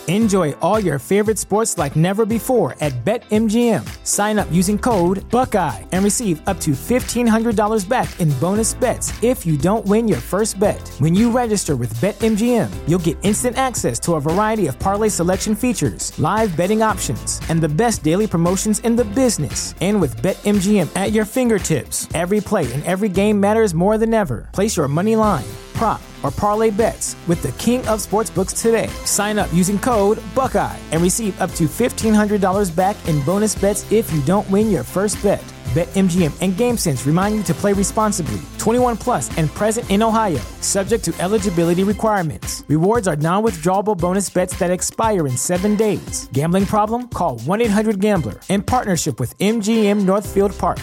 Enjoy all your favorite sports like never before at BetMGM. Sign up using code Buckeye and receive up to $1,500 back in bonus bets if you don't win your first bet. When you register with BetMGM, you'll get instant access to a variety of parlay selection features, live betting options, and the best daily promotions in the business. And with BetMGM at your fingertips, every play and every game matters more than ever. Place your money line, prop, or parlay bets with the king of sportsbooks today. Sign up using code Buckeye and receive up to $1,500 back in bonus bets if you don't win your first bet. BetMGM and GameSense remind you to play responsibly. 21 plus and present in Ohio, subject to eligibility requirements. Rewards are non-withdrawable bonus bets that expire in 7 days. Gambling problem? Call 1-800-GAMBLER. In partnership with MGM Northfield Park.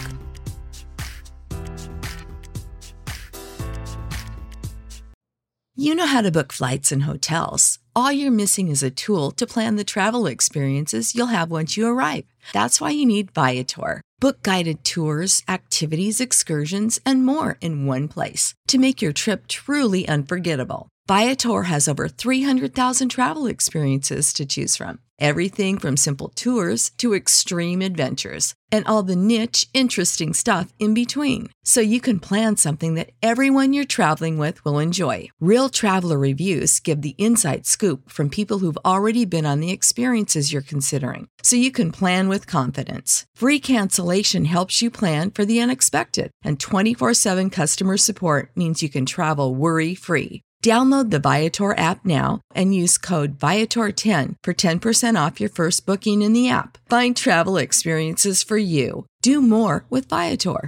You know how to book flights and hotels. All you're missing is a tool to plan the travel experiences you'll have once you arrive. That's why you need Viator. Book guided tours, activities, excursions, and more in one place to make your trip truly unforgettable. Viator has over 300,000 travel experiences to choose from. Everything from simple tours to extreme adventures and all the niche, interesting stuff in between. So you can plan something that everyone you're traveling with will enjoy. Real traveler reviews give the inside scoop from people who've already been on the experiences you're considering. So you can plan with confidence. Free cancellation helps you plan for the unexpected. And 24/7 customer support means you can travel worry-free. Download the Viator app now and use code Viator10 for 10% off your first booking in the app. Find travel experiences for you. Do more with Viator.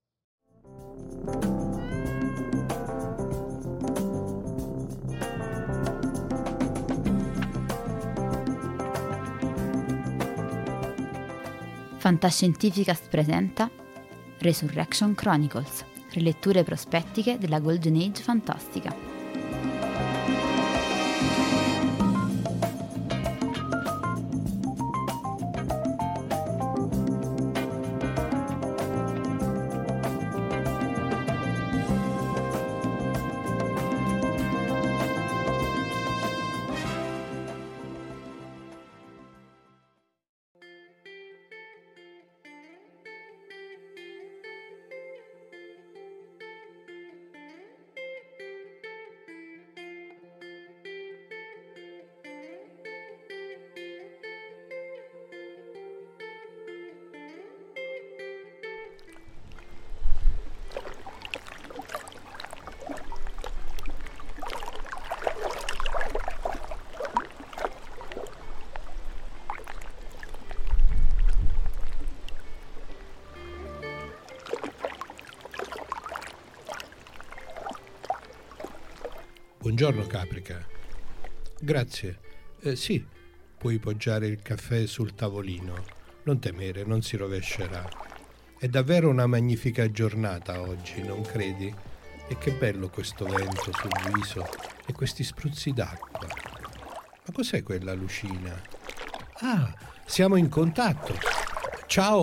Fantascientificast presenta Resurrection Chronicles, riletture prospettiche della Golden Age fantastica. Buongiorno Caprica. Grazie. Sì, puoi poggiare il caffè sul tavolino. Non temere, non si rovescerà. È davvero una magnifica giornata oggi, non credi? E che bello questo vento sul viso e questi spruzzi d'acqua. Ma cos'è quella lucina? Ah, siamo in contatto. Ciao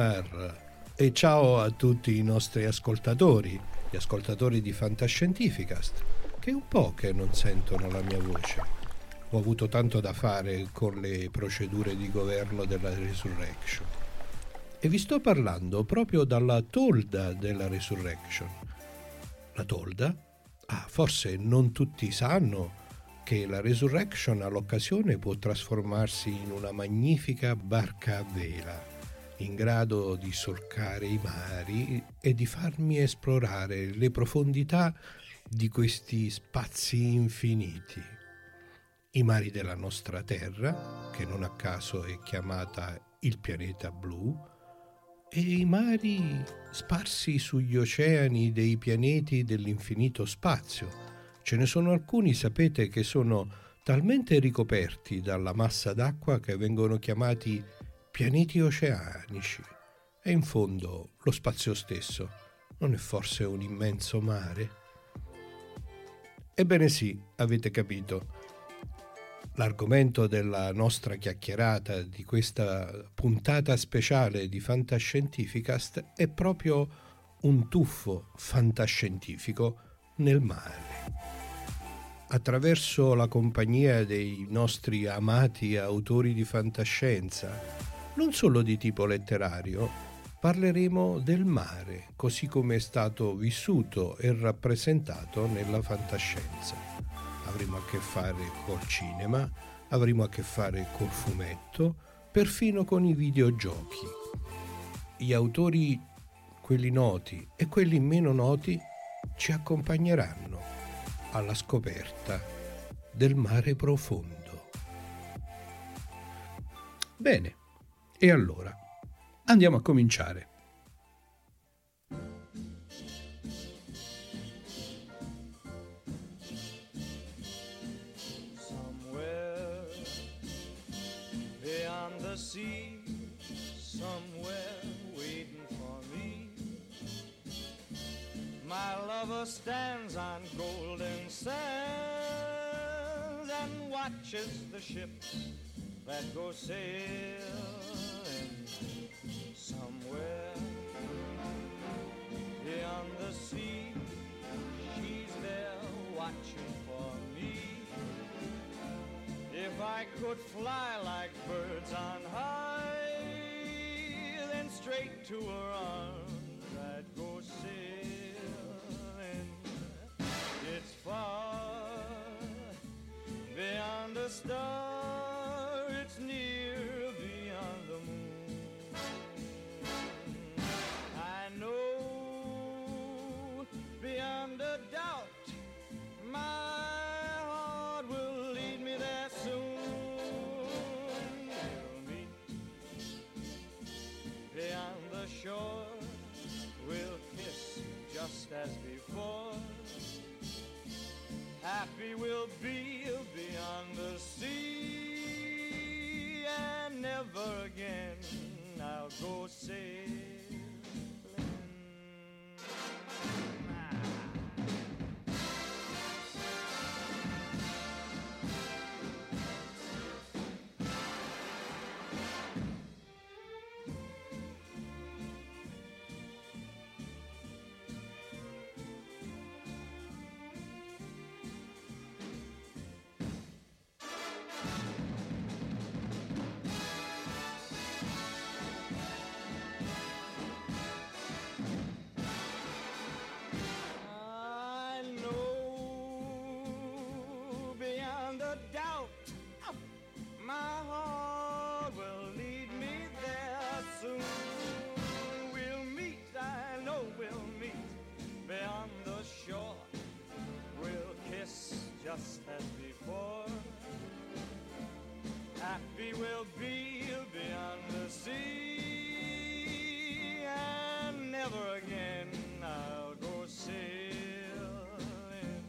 Omar e ciao a tutti i nostri ascoltatori, gli ascoltatori di Fantascientificast, che è un po' che non sentono la mia voce. Ho avuto tanto da fare con le procedure di governo della Resurrection. E vi sto parlando proprio dalla tolda della Resurrection. La tolda? Ah, forse non tutti sanno che la Resurrection all'occasione può trasformarsi in una magnifica barca a vela, in grado di solcare i mari e di farmi esplorare le profondità di questi spazi infiniti. I mari della nostra Terra, che non a caso è chiamata il pianeta blu, e i mari sparsi sugli oceani dei pianeti dell'infinito spazio. Ce ne sono alcuni, sapete, che sono talmente ricoperti dalla massa d'acqua che vengono chiamati pianeti oceanici. E in fondo lo spazio stesso non è forse un immenso mare? Ebbene sì, avete capito. L'argomento della nostra chiacchierata di questa puntata speciale di Fantascientificast è proprio un tuffo fantascientifico nel mare. attraverso la compagnia dei nostri amati autori di fantascienza, non solo di tipo letterario, parleremo del mare, così come è stato vissuto e rappresentato nella fantascienza. Avremo a che fare col cinema, avremo a che fare col fumetto, perfino con i videogiochi. Gli autori, quelli noti e quelli meno noti, ci accompagneranno alla scoperta del mare profondo. Bene, e allora andiamo a cominciare. Somewhere beyond the sea, somewhere waiting for me, my lover stands on golden sands and watches the ships that go sailing. Somewhere beyond the sea, she's there watching for me. If I could fly like birds on high, then straight to her arms I'd go sailing. It's far beyond a star, it's near beyond the moon. I know beyond a doubt my heart will lead me there soon. We'll meet beyond the shore, we'll kiss just as before. Happy we'll be beyond the sea, and never again I'll go sailing. Just as before, happy we'll be beyond the sea, and never again I'll go sailing.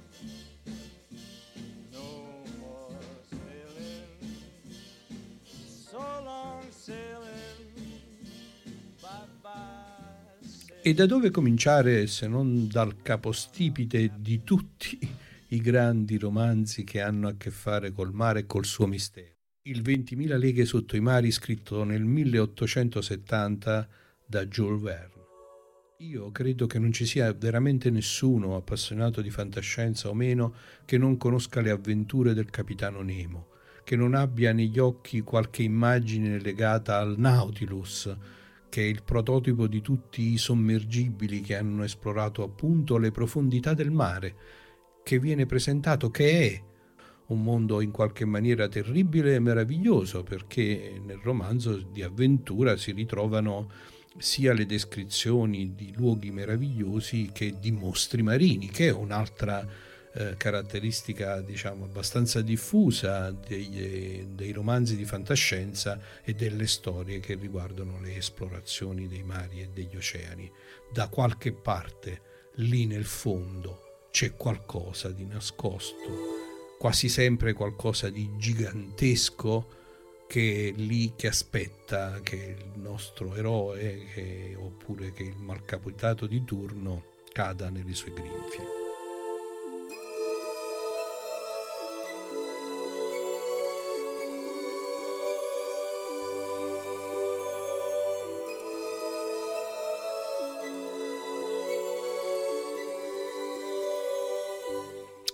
No more sailing, so long sailing, bye bye sailing. E da dove cominciare se non dal capostipite di tutti i grandi romanzi che hanno a che fare col mare e col suo mistero? Il 20.000 leghe sotto i mari, scritto nel 1870 da Jules Verne. Io credo che non ci sia veramente nessuno appassionato di fantascienza o meno che non conosca le avventure del capitano Nemo, che non abbia negli occhi qualche immagine legata al Nautilus, che è il prototipo di tutti i sommergibili che hanno esplorato appunto le profondità del mare, che viene presentato che è un mondo in qualche maniera terribile e meraviglioso, perché nel romanzo di avventura si ritrovano sia le descrizioni di luoghi meravigliosi che di mostri marini, che è un'altra caratteristica, diciamo, abbastanza diffusa dei romanzi di fantascienza e delle storie che riguardano le esplorazioni dei mari e degli oceani. Da qualche parte, lì nel fondo, c'è qualcosa di nascosto, quasi sempre qualcosa di gigantesco che è lì che aspetta che il nostro eroe oppure che il malcapitato di turno cada nelle sue grinfie.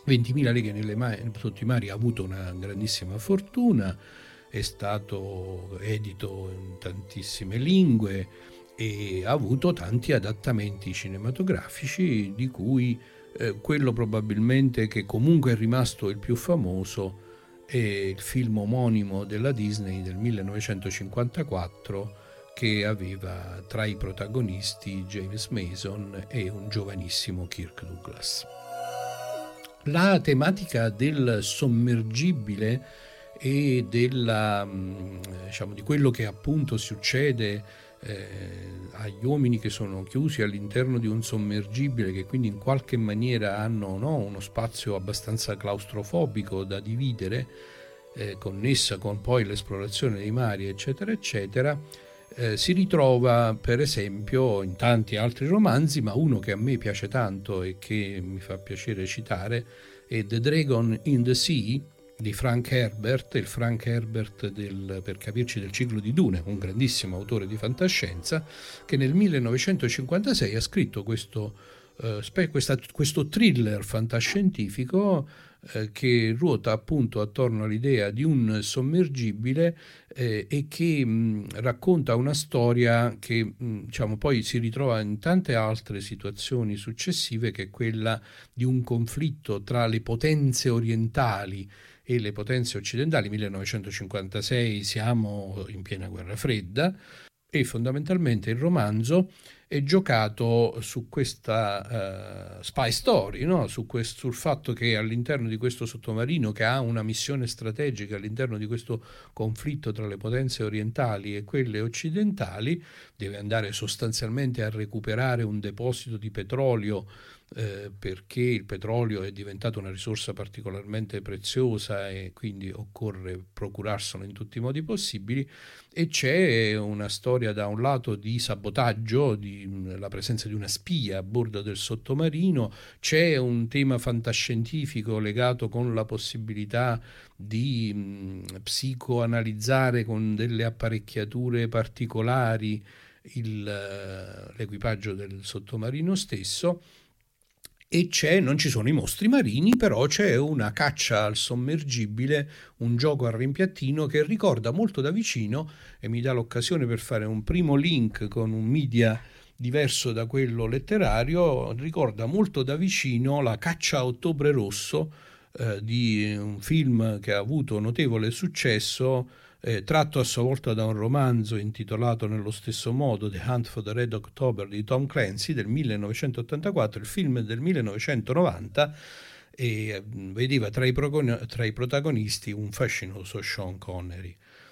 20.000 leghe sotto i mari ha avuto una grandissima fortuna, è stato edito in tantissime lingue e ha avuto tanti adattamenti cinematografici, di cui quello probabilmente che comunque è rimasto il più famoso è il film omonimo della Disney del 1954, che aveva tra i protagonisti James Mason e un giovanissimo Kirk Douglas. La tematica del sommergibile e della, diciamo, di quello che appunto succede agli uomini che sono chiusi all'interno di un sommergibile, che quindi in qualche maniera hanno uno spazio abbastanza claustrofobico da dividere, connessa con poi l'esplorazione dei mari, eccetera eccetera, si ritrova per esempio in tanti altri romanzi, ma uno che a me piace tanto e che mi fa piacere citare è The Dragon in the Sea di Frank Herbert, il Frank Herbert per capirci del ciclo di Dune, un grandissimo autore di fantascienza, che nel 1956 ha scritto questo thriller fantascientifico che ruota appunto attorno all'idea di un sommergibile e che racconta una storia che diciamo poi si ritrova in tante altre situazioni successive, che è quella di un conflitto tra le potenze orientali e le potenze occidentali. 1956, siamo in piena guerra fredda, e fondamentalmente il romanzo è giocato su questa spy story, no? Sul fatto che all'interno di questo sottomarino, che ha una missione strategica all'interno di questo conflitto tra le potenze orientali e quelle occidentali, deve andare sostanzialmente a recuperare un deposito di petrolio, perché il petrolio è diventato una risorsa particolarmente preziosa e quindi occorre procurarselo in tutti i modi possibili. E c'è una storia da un lato di sabotaggio, la presenza di una spia a bordo del sottomarino, c'è un tema fantascientifico legato con la possibilità di psicoanalizzare con delle apparecchiature particolari l'equipaggio del sottomarino stesso. E non ci sono i mostri marini, però c'è una caccia al sommergibile, un gioco al rimpiattino che ricorda molto da vicino, e mi dà l'occasione per fare un primo link con un media diverso da quello letterario, ricorda molto da vicino La caccia a Ottobre Rosso, di un film che ha avuto notevole successo, tratto a sua volta da un romanzo intitolato nello stesso modo, The Hunt for the Red October di Tom Clancy del 1984, il film del 1990, e vedeva tra i protagonisti un fascinoso Sean Connery.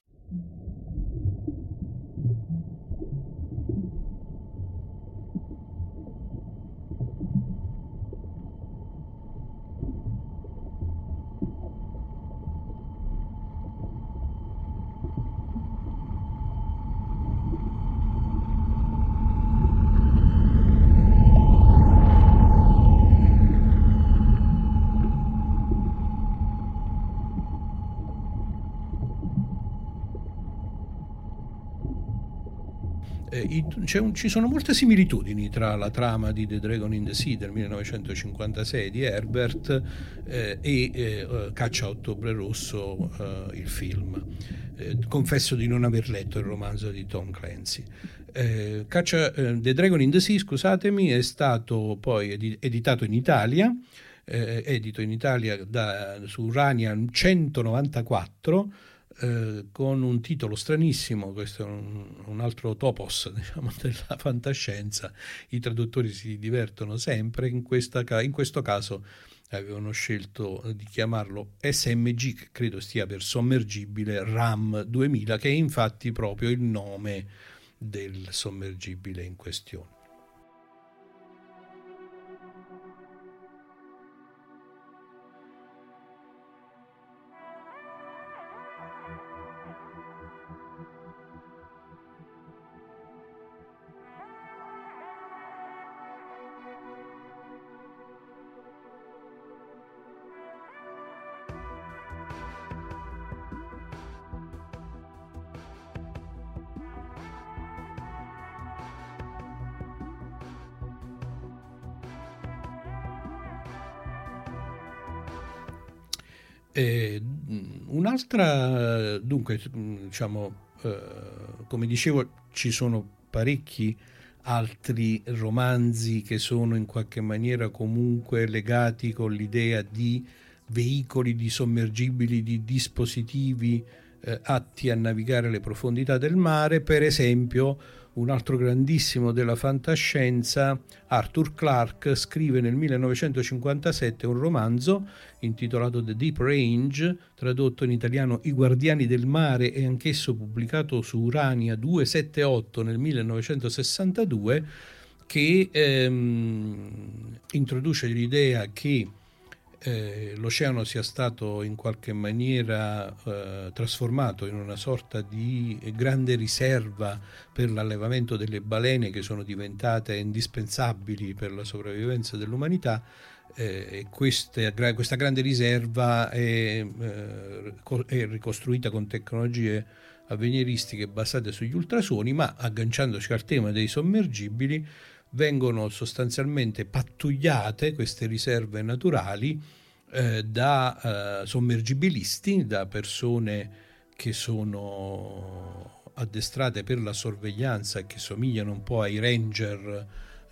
Ci sono molte similitudini tra la trama di The Dragon in the Sea del 1956 di Herbert e Caccia a Ottobre Rosso, il film. Confesso di non aver letto il romanzo di Tom Clancy. The Dragon in the Sea, scusatemi, è stato poi editato in Italia, su Urania 194, con un titolo stranissimo. Questo è un altro topos, diciamo, della fantascienza. I traduttori si divertono sempre. In questo caso avevano scelto di chiamarlo SMG, che credo stia per sommergibile RAM 2000, che è infatti proprio il nome del sommergibile in questione. Un'altra, dunque, diciamo, come dicevo, ci sono parecchi altri romanzi che sono in qualche maniera comunque legati con l'idea di veicoli, di sommergibili, di dispositivi atti a navigare le profondità del mare. Per esempio, un altro grandissimo della fantascienza, Arthur Clarke, scrive nel 1957 un romanzo intitolato The Deep Range, tradotto in italiano I Guardiani del Mare e anch'esso pubblicato su Urania 278 nel 1962, che introduce l'idea che l'oceano sia stato in qualche maniera trasformato in una sorta di grande riserva per l'allevamento delle balene, che sono diventate indispensabili per la sopravvivenza dell'umanità. Questa grande riserva è ricostruita con tecnologie avveniristiche basate sugli ultrasuoni, ma agganciandoci al tema dei sommergibili vengono sostanzialmente pattugliate queste riserve naturali da sommergibilisti, da persone che sono addestrate per la sorveglianza e che somigliano un po' ai ranger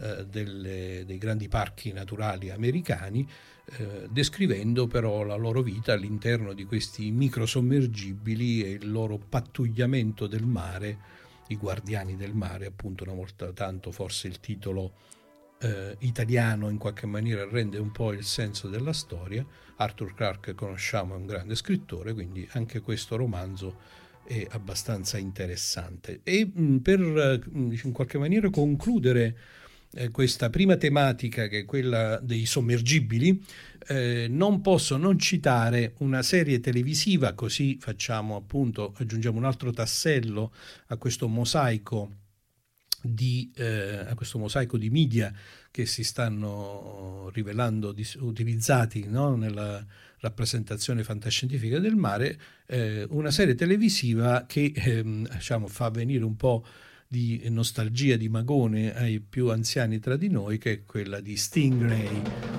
dei grandi parchi naturali americani, descrivendo però la loro vita all'interno di questi microsommergibili e il loro pattugliamento del mare, i guardiani del mare, appunto. Una volta tanto forse il titolo italiano in qualche maniera rende un po' il senso della storia. Arthur Clarke conosciamo, è un grande scrittore, quindi anche questo romanzo è abbastanza interessante. E per in qualche maniera concludere questa prima tematica, che è quella dei sommergibili, non posso non citare una serie televisiva, così facciamo, appunto, aggiungiamo un altro tassello a questo mosaico di media che si stanno rivelando utilizzati, no, nella rappresentazione fantascientifica del mare, una serie televisiva che diciamo, fa venire un po' di nostalgia, di magone ai più anziani tra di noi, che è quella di Stingray.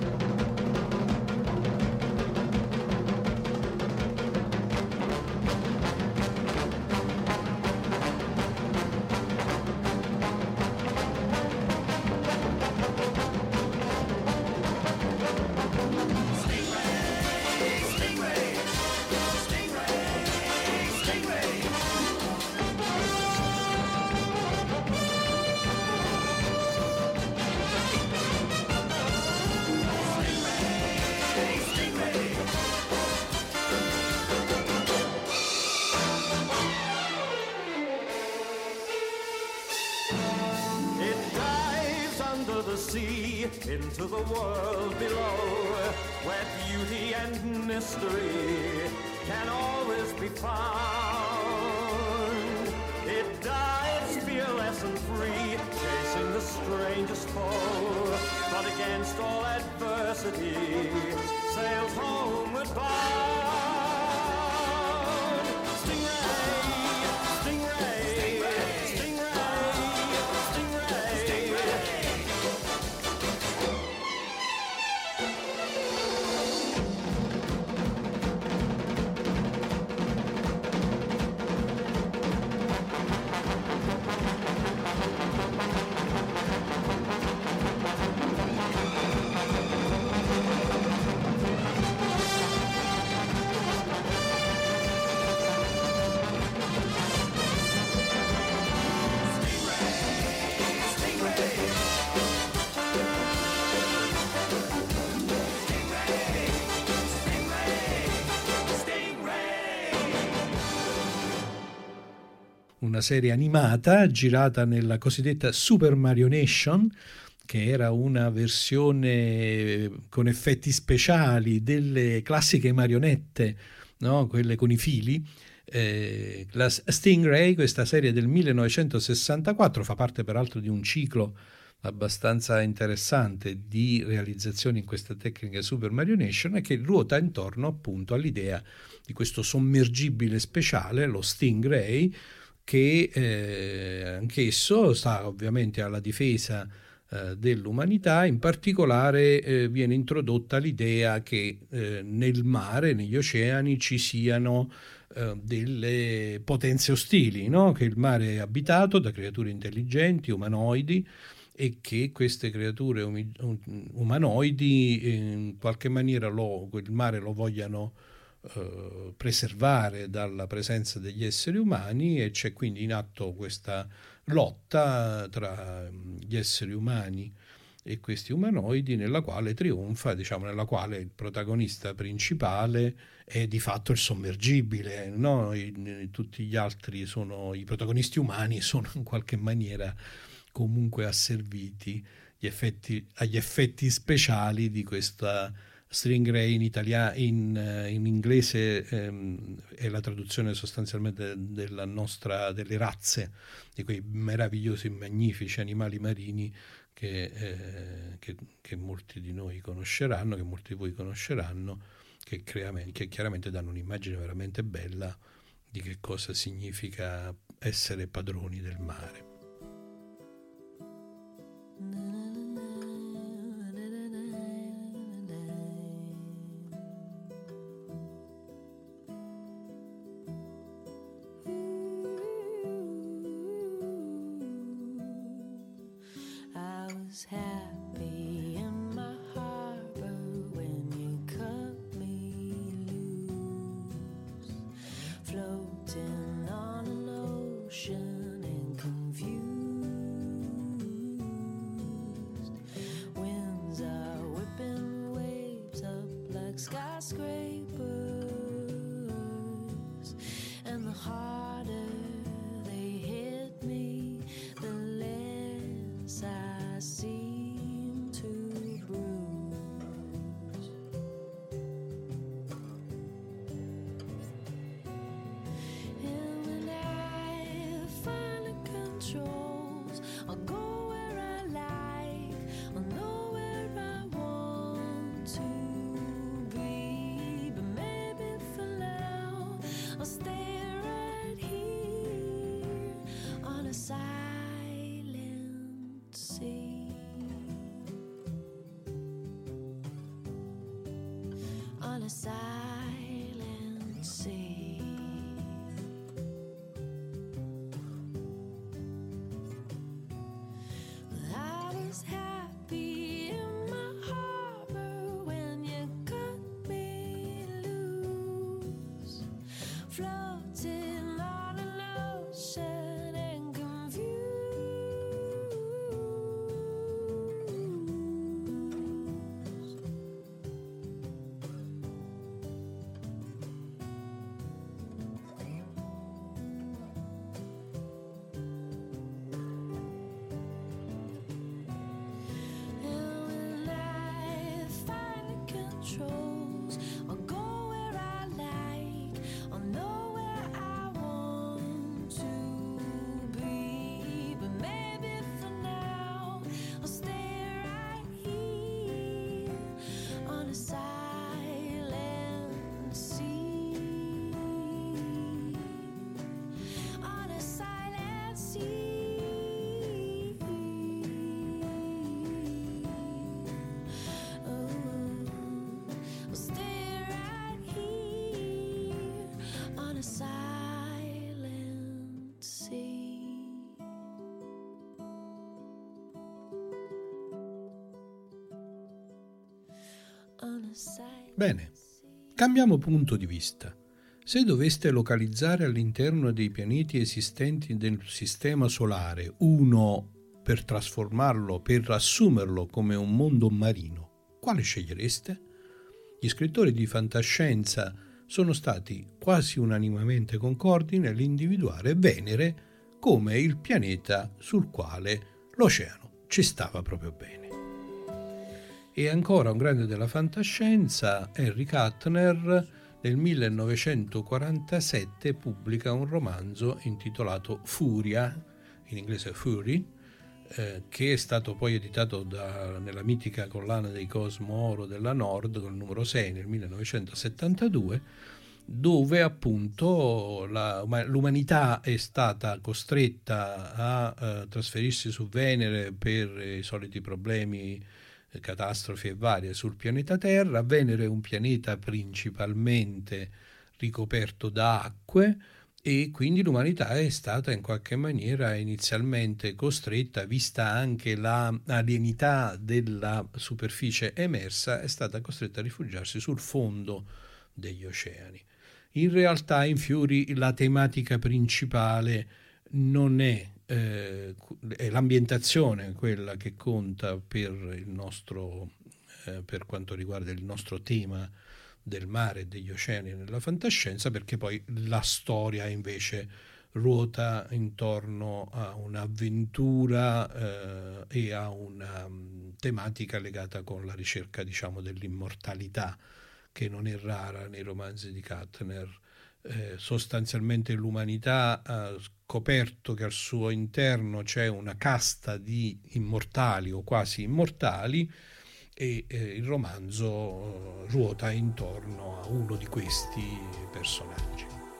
Into the world below, where beauty and mystery can always be found. It dives fearless and free, chasing the strangest foe, but against all adversity sails homeward bound. Una serie animata girata nella cosiddetta Super Marionation, che era una versione con effetti speciali delle classiche marionette, no? Quelle con i fili. La Stingray, questa serie del 1964, fa parte peraltro di un ciclo abbastanza interessante di realizzazioni in questa tecnica Super Marionation, che ruota intorno appunto all'idea di questo sommergibile speciale, lo Stingray, che anch'esso sta ovviamente alla difesa dell'umanità. In particolare viene introdotta l'idea che nel mare, negli oceani, ci siano delle potenze ostili, no? Che il mare è abitato da creature intelligenti, umanoidi, e che queste creature umanoidi in qualche maniera il mare lo vogliano preservare dalla presenza degli esseri umani, e c'è quindi in atto questa lotta tra gli esseri umani e questi umanoidi, nella quale trionfa, diciamo, nella quale il protagonista principale è di fatto il sommergibile, no? Tutti gli altri i protagonisti umani sono in qualche maniera comunque asserviti agli effetti speciali di questa Stingray. In inglese è la traduzione sostanzialmente delle razze, di quei meravigliosi, magnifici animali marini che molti di noi conosceranno, che molti di voi conosceranno, che chiaramente danno un'immagine veramente bella di che cosa significa essere padroni del mare. Happy in my harbor when you cut me loose, floating on an ocean and confused. Winds are whipping waves up like skyscrapers, and the harder they hit me, the less I seem to bruise. And when I find the controls, I'll go where I like, I'll know where I want to be. But maybe for now, I'll stay right here on a silent sea. On a silent sea. I was happy in my harbor when you cut me loose, floating on an ocean and confused. And when I find the controls, I'll go where I like, I'll know where I want to be. But maybe for now, I'll stay right here on a silent sea. On a silent sea. Oh, I'll stay right here on a silent sea. On a silent Bene, cambiamo punto di vista. Se doveste localizzare all'interno dei pianeti esistenti del Sistema Solare uno per trasformarlo, per assumerlo come un mondo marino, quale scegliereste? Gli scrittori di fantascienza sono stati quasi unanimemente concordi nell'individuare Venere come il pianeta sul quale l'oceano ci stava proprio bene. E ancora un grande della fantascienza, Henry Kuttner, nel 1947 pubblica un romanzo intitolato Furia, in inglese Fury, che è stato poi editato nella mitica collana dei Cosmo Oro della Nord, col numero 6 nel 1972, dove appunto l'umanità è stata costretta a trasferirsi su Venere per i soliti problemi, catastrofi e varie sul pianeta Terra. Venere è un pianeta principalmente ricoperto da acque, e quindi l'umanità è stata in qualche maniera inizialmente costretta, vista anche la alienità della superficie emersa, è stata costretta a rifugiarsi sul fondo degli oceani. In realtà in Fiori la tematica principale non è l'ambientazione quella che conta per il nostro, per quanto riguarda il nostro tema del mare e degli oceani nella fantascienza, perché poi la storia invece ruota intorno a un'avventura e a una tematica legata con la ricerca, diciamo, dell'immortalità, che non è rara nei romanzi di Kuttner. Sostanzialmente l'umanità ha scoperto che al suo interno c'è una casta di immortali o quasi immortali, e il romanzo ruota intorno a uno di questi personaggi.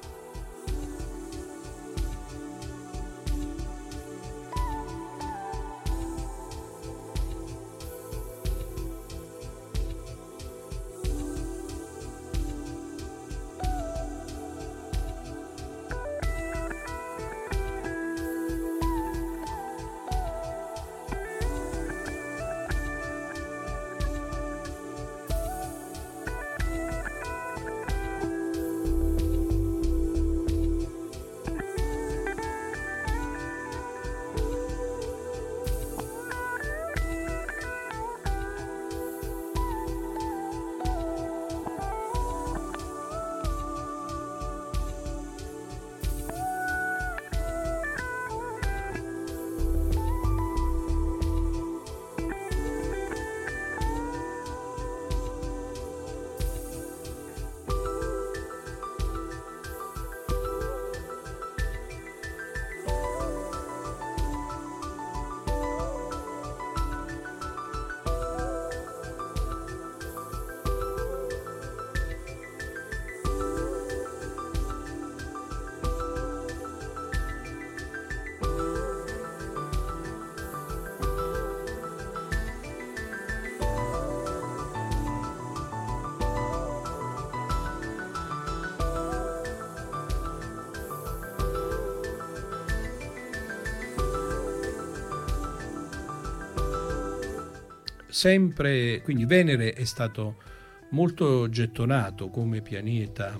Sempre, quindi Venere è stato molto gettonato come pianeta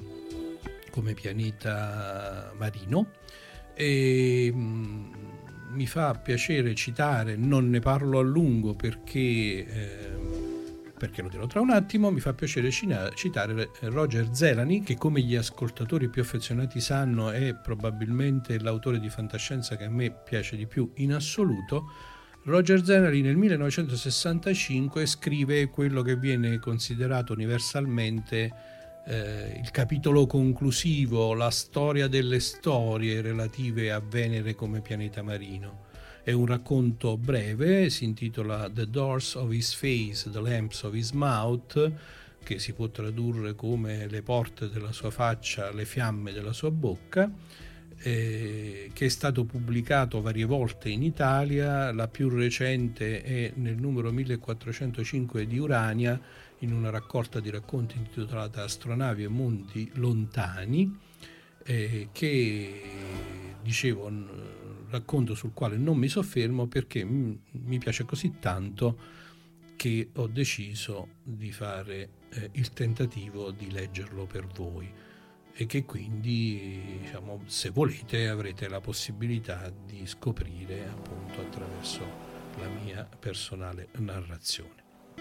marino, e mi fa piacere citare, non ne parlo a lungo perché lo dirò tra un attimo, mi fa piacere citare Roger Zelazny, che come gli ascoltatori più affezionati sanno è probabilmente l'autore di fantascienza che a me piace di più in assoluto. Roger Zelazny nel 1965 scrive quello che viene considerato universalmente il capitolo conclusivo, la storia delle storie relative a Venere come pianeta marino. È un racconto breve, si intitola The Doors of His Face, The Lamps of His Mouth, che si può tradurre come le porte della sua faccia, le fiamme della sua bocca, che è stato pubblicato varie volte in Italia. La più recente è nel numero 1405 di Urania, in una raccolta di racconti intitolata Astronavi e mondi lontani, che dicevo, un racconto sul quale non mi soffermo perché mi piace così tanto che ho deciso di fare il tentativo di leggerlo per voi, e che quindi, diciamo, se volete avrete la possibilità di scoprire appunto attraverso la mia personale narrazione.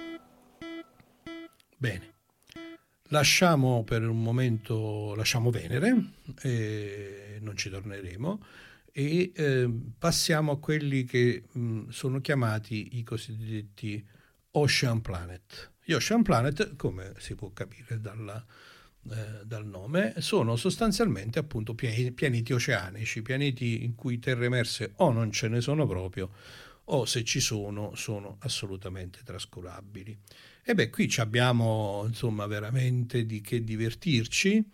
Bene, lasciamo per un momento, lasciamo Venere, non ci torneremo, e passiamo a quelli che sono chiamati i cosiddetti Ocean Planet. Gli Ocean Planet, come si può capire dal nome, sono sostanzialmente appunto pianeti oceanici, pianeti in cui terre emerse o non ce ne sono proprio, o se ci sono assolutamente trascurabili. E beh, qui abbiamo insomma veramente di che divertirci.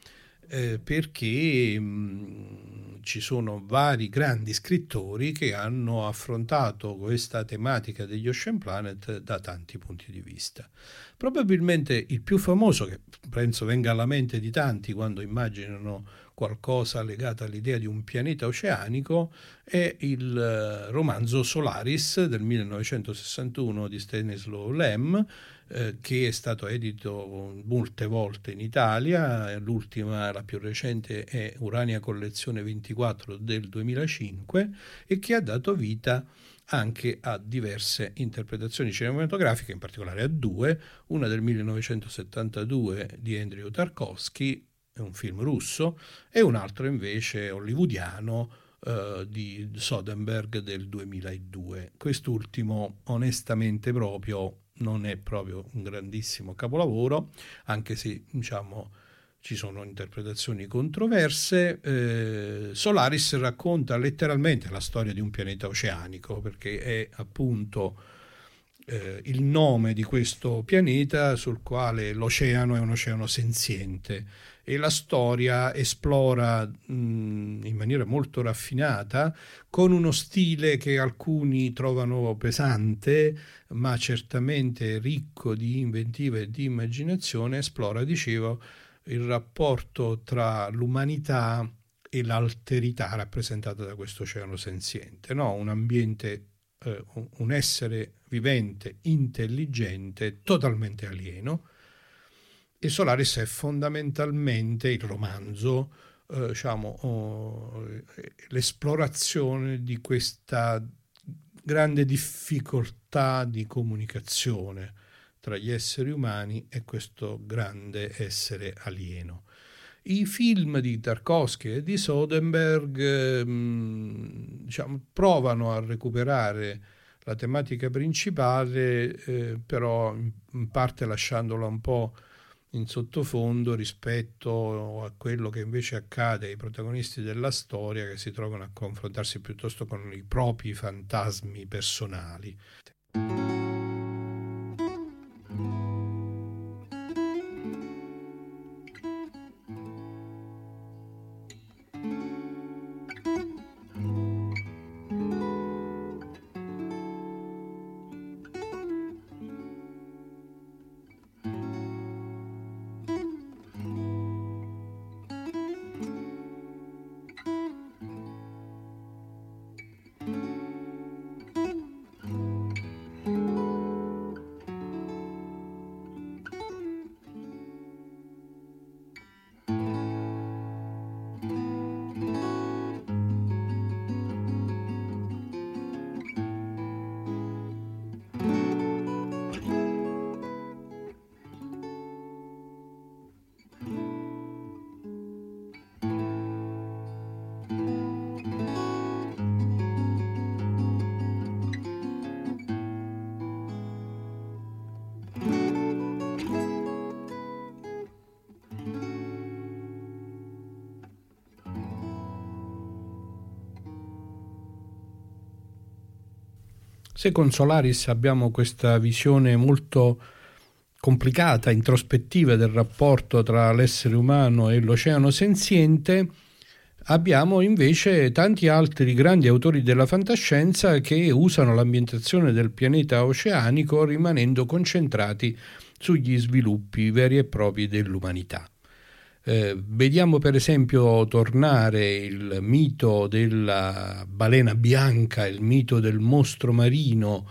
perché ci sono vari grandi scrittori che hanno affrontato questa tematica degli Ocean Planet da tanti punti di vista. Probabilmente il più famoso, che penso venga alla mente di tanti quando immaginano qualcosa legato all'idea di un pianeta oceanico, è il romanzo Solaris del 1961 di Stanislaw Lem, che è stato edito molte volte in Italia. L'ultima, la più recente, è Urania Collezione 24 del 2005, e che ha dato vita anche a diverse interpretazioni cinematografiche, in particolare a due, una del 1972 di Andrei Tarkovsky, è un film russo, e un altro invece hollywoodiano di Soderbergh del 2002. Quest'ultimo onestamente proprio non è proprio un grandissimo capolavoro, anche se diciamo ci sono interpretazioni controverse. Solaris racconta letteralmente la storia di un pianeta oceanico, perché è appunto il nome di questo pianeta sul quale l'oceano è un oceano senziente, e la storia esplora in maniera molto raffinata, con uno stile che alcuni trovano pesante, ma certamente ricco di inventiva e di immaginazione. Esplora, dicevo, il rapporto tra l'umanità e l'alterità rappresentata da questo oceano senziente, no? Un ambiente, un essere vivente, intelligente, totalmente alieno. E Solaris è fondamentalmente il romanzo, l'esplorazione di questa grande difficoltà di comunicazione tra gli esseri umani e questo grande essere alieno. I film di Tarkovsky e di Soderbergh provano a recuperare la tematica principale, però in parte lasciandola un po' in sottofondo rispetto a quello che invece accade ai protagonisti della storia, che si trovano a confrontarsi piuttosto con i propri fantasmi personali. Se con Solaris abbiamo questa visione molto complicata, introspettiva del rapporto tra l'essere umano e l'oceano senziente, abbiamo invece tanti altri grandi autori della fantascienza che usano l'ambientazione del pianeta oceanico rimanendo concentrati sugli sviluppi veri e propri dell'umanità. Vediamo per esempio tornare il mito della balena bianca, il mito del mostro marino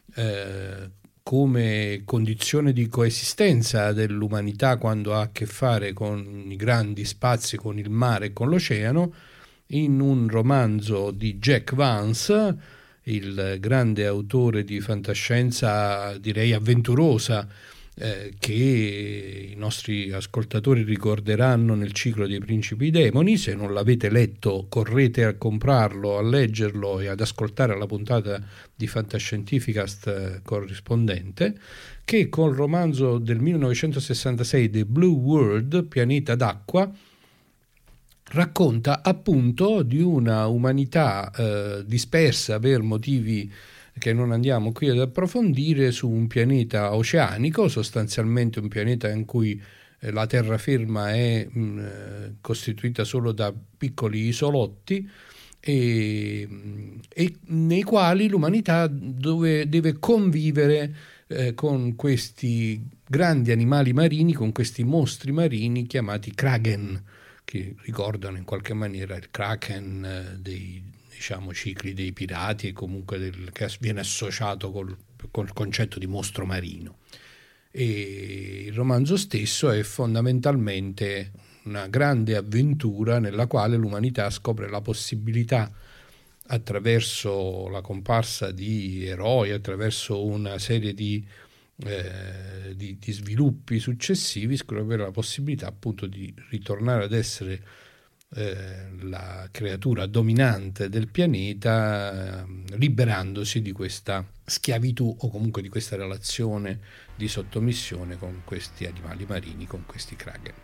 come condizione di coesistenza dell'umanità quando ha a che fare con i grandi spazi, con il mare e con l'oceano, in un romanzo di Jack Vance, il grande autore di fantascienza direi avventurosa, che i nostri ascoltatori ricorderanno nel ciclo dei Principi Demoni. Se non l'avete letto, correte a comprarlo, a leggerlo e ad ascoltare la puntata di Fantascientificast corrispondente, che col romanzo del 1966 The Blue World, Pianeta d'acqua, racconta appunto di una umanità dispersa per motivi che non andiamo qui ad approfondire su un pianeta oceanico, sostanzialmente un pianeta in cui la terraferma è costituita solo da piccoli isolotti e nei quali l'umanità deve convivere con questi grandi animali marini, con questi mostri marini chiamati kraken, che ricordano in qualche maniera il kraken dei, diciamo, cicli dei pirati, e comunque che viene associato col concetto di mostro marino. E il romanzo stesso è fondamentalmente una grande avventura nella quale l'umanità scopre la possibilità, attraverso la comparsa di eroi, attraverso una serie di sviluppi successivi, scopre la possibilità appunto di ritornare ad essere la creatura dominante del pianeta, liberandosi di questa schiavitù o comunque di questa relazione di sottomissione con questi animali marini, con questi kraken.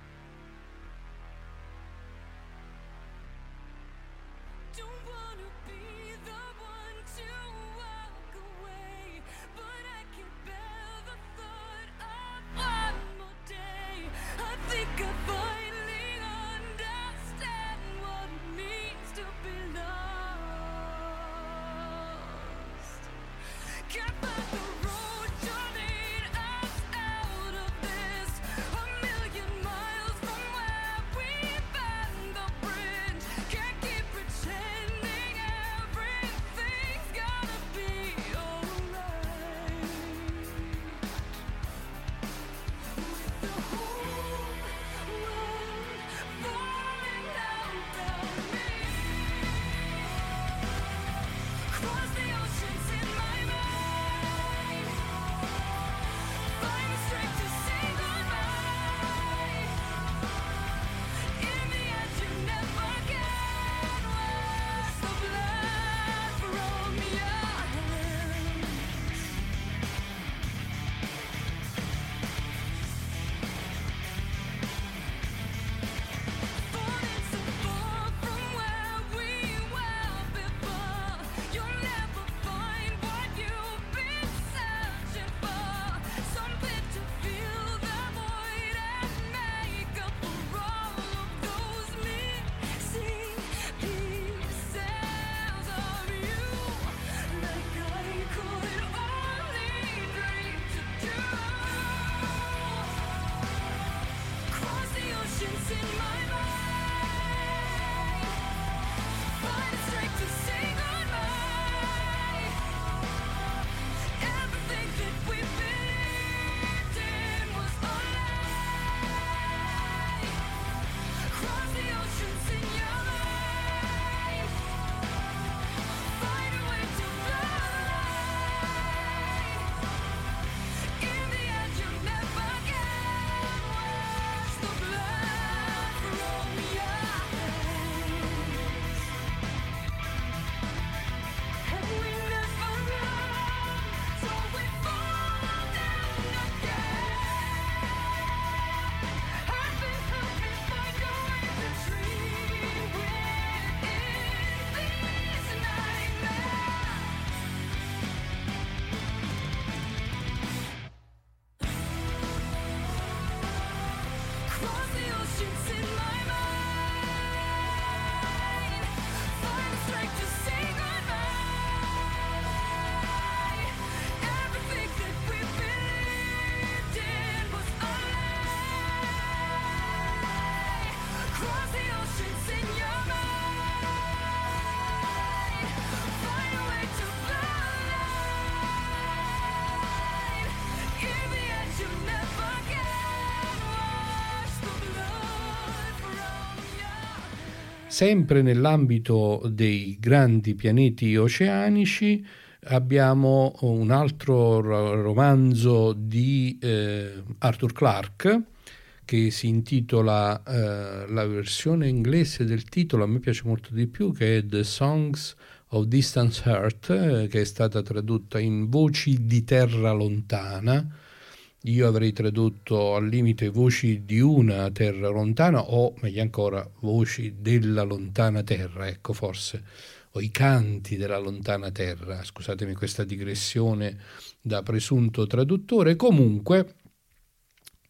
Don't wanna be the one to walk away, but I can bear the thought of one more day. I think I finally understand what it means to be lost. Can't find the road to lead us out of this. A million miles from where we found the bridge. Can't keep pretending everything's gonna be alright. With the whole world falling out of me. Cross the oceans in my mind. Find the strength to say goodbye. In the end, you never can wash the blood from your hands. Falling so far from where we were before. You'll never find what you've been searching for. Something to fill the void and make up for all of those missing pieces of you. Like I could only dream to do. Cross the oceans in my mind. Find the strength to say goodbye. Everything that we believed in was a lie. Cross the oceans in your mind. Find a way to fly. In the end, you never can wash the blood from your hands. And we never run, so we fall down again. I've been hurt by going to dream within this nightmare. Cross the oceans in my mind. Find the strength to say goodbye. Everything that we believed in was a lie. Cross the oceans in your mind. Find a way to fly. In the end, you never can wash the blood from your hands. Sempre nell'ambito dei grandi pianeti oceanici abbiamo un altro romanzo di Arthur Clarke che si intitola, la versione inglese del titolo a me piace molto di più, che è The Songs of Distant Earth, che è stata tradotta in Voci di terra lontana. Io avrei tradotto al limite Voci di una terra lontana, o meglio ancora Voci della lontana terra, ecco, forse, o i canti della lontana terra. Scusatemi questa digressione da presunto traduttore. Comunque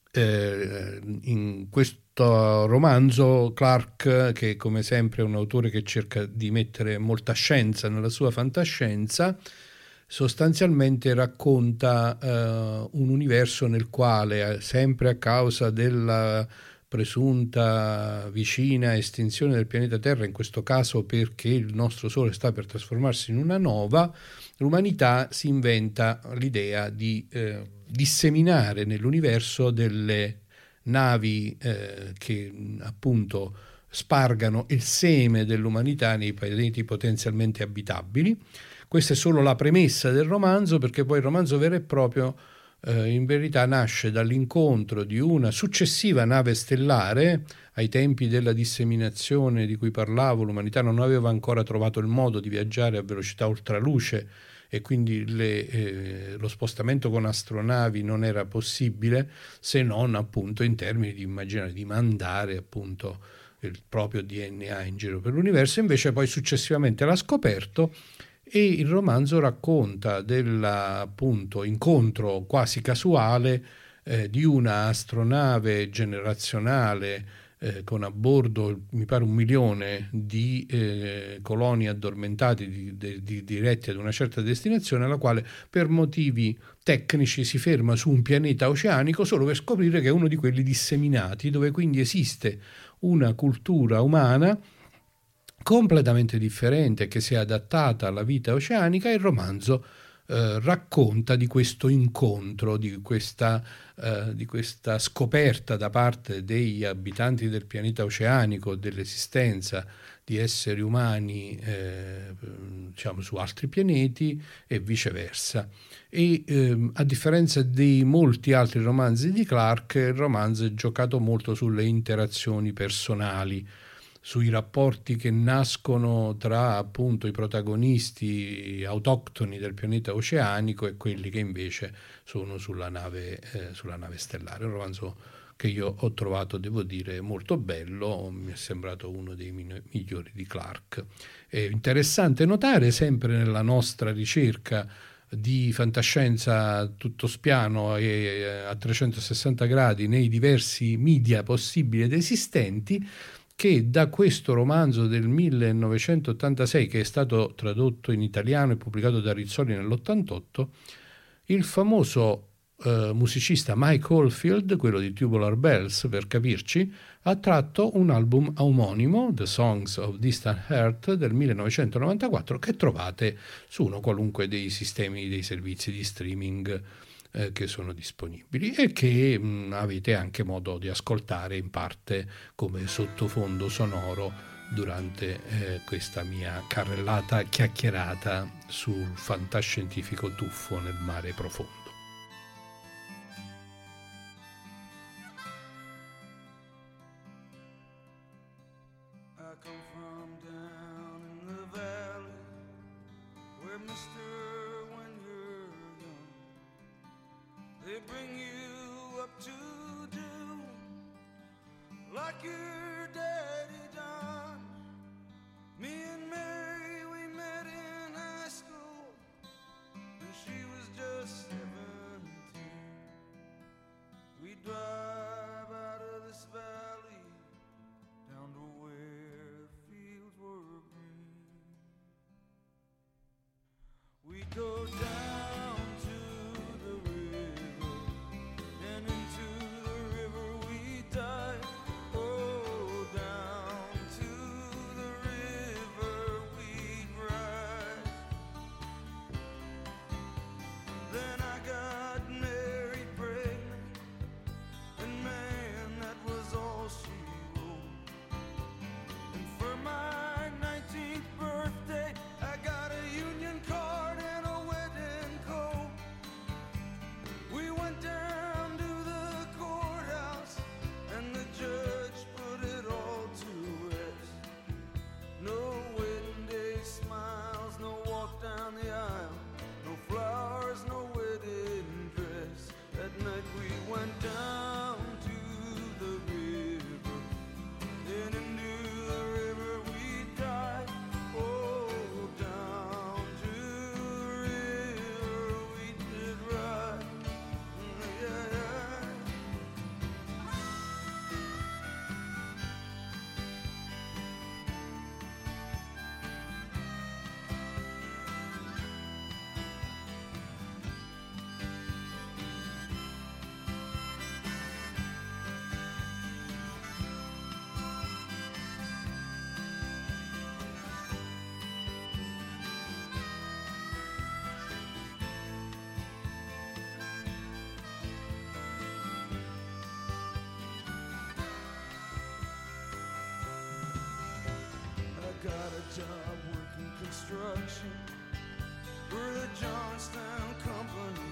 In questo romanzo Clarke, che come sempre è un autore che cerca di mettere molta scienza nella sua fantascienza, sostanzialmente racconta un universo nel quale, sempre a causa della presunta vicina estinzione del pianeta Terra, in questo caso perché il nostro Sole sta per trasformarsi in una nova, l'umanità si inventa l'idea di disseminare nell'universo delle navi che appunto spargano il seme dell'umanità nei pianeti potenzialmente abitabili. Questa è solo la premessa del romanzo, perché poi il romanzo vero e proprio in verità nasce dall'incontro di una successiva nave stellare. Ai tempi della disseminazione di cui parlavo, l'umanità non aveva ancora trovato il modo di viaggiare a velocità ultraluce e quindi lo spostamento con astronavi non era possibile, se non appunto in termini di immaginare di mandare appunto il proprio DNA in giro per l'universo. Invece poi successivamente l'ha scoperto, e il romanzo racconta appunto incontro quasi casuale di una astronave generazionale con a bordo mi pare 1 milione di coloni addormentati diretti ad una certa destinazione, alla quale per motivi tecnici si ferma su un pianeta oceanico solo per scoprire che è uno di quelli disseminati, dove quindi esiste una cultura umana completamente differente che si è adattata alla vita oceanica. Il romanzo racconta di questo incontro, di questa scoperta da parte degli abitanti del pianeta oceanico dell'esistenza di esseri umani diciamo su altri pianeti e viceversa. E a differenza di molti altri romanzi di Clarke, il romanzo è giocato molto sulle interazioni personali, sui rapporti che nascono tra appunto i protagonisti autoctoni del pianeta oceanico e quelli che invece sono sulla nave stellare. Un romanzo che io ho trovato, devo dire, molto bello, mi è sembrato uno dei migliori di Clarke. È interessante notare, sempre nella nostra ricerca di fantascienza tutto spiano e a 360 gradi nei diversi media possibili ed esistenti, che da questo romanzo del 1986, che è stato tradotto in italiano e pubblicato da Rizzoli nell'88, il famoso musicista Mike Oldfield, quello di Tubular Bells per capirci, ha tratto un album omonimo, The Songs of Distant Heart, del 1994, che trovate su uno qualunque dei sistemi, dei servizi di streaming che sono disponibili e che avete anche modo di ascoltare in parte come sottofondo sonoro durante questa mia carrellata chiacchierata sul fantascientifico tuffo nel mare profondo. They bring you up to do like your daddy done. Me and Mary, we met in high school, and she was just 17. We drive out of this valley down to where the fields were green. We go down to wedding job working construction for the Johnstown Company.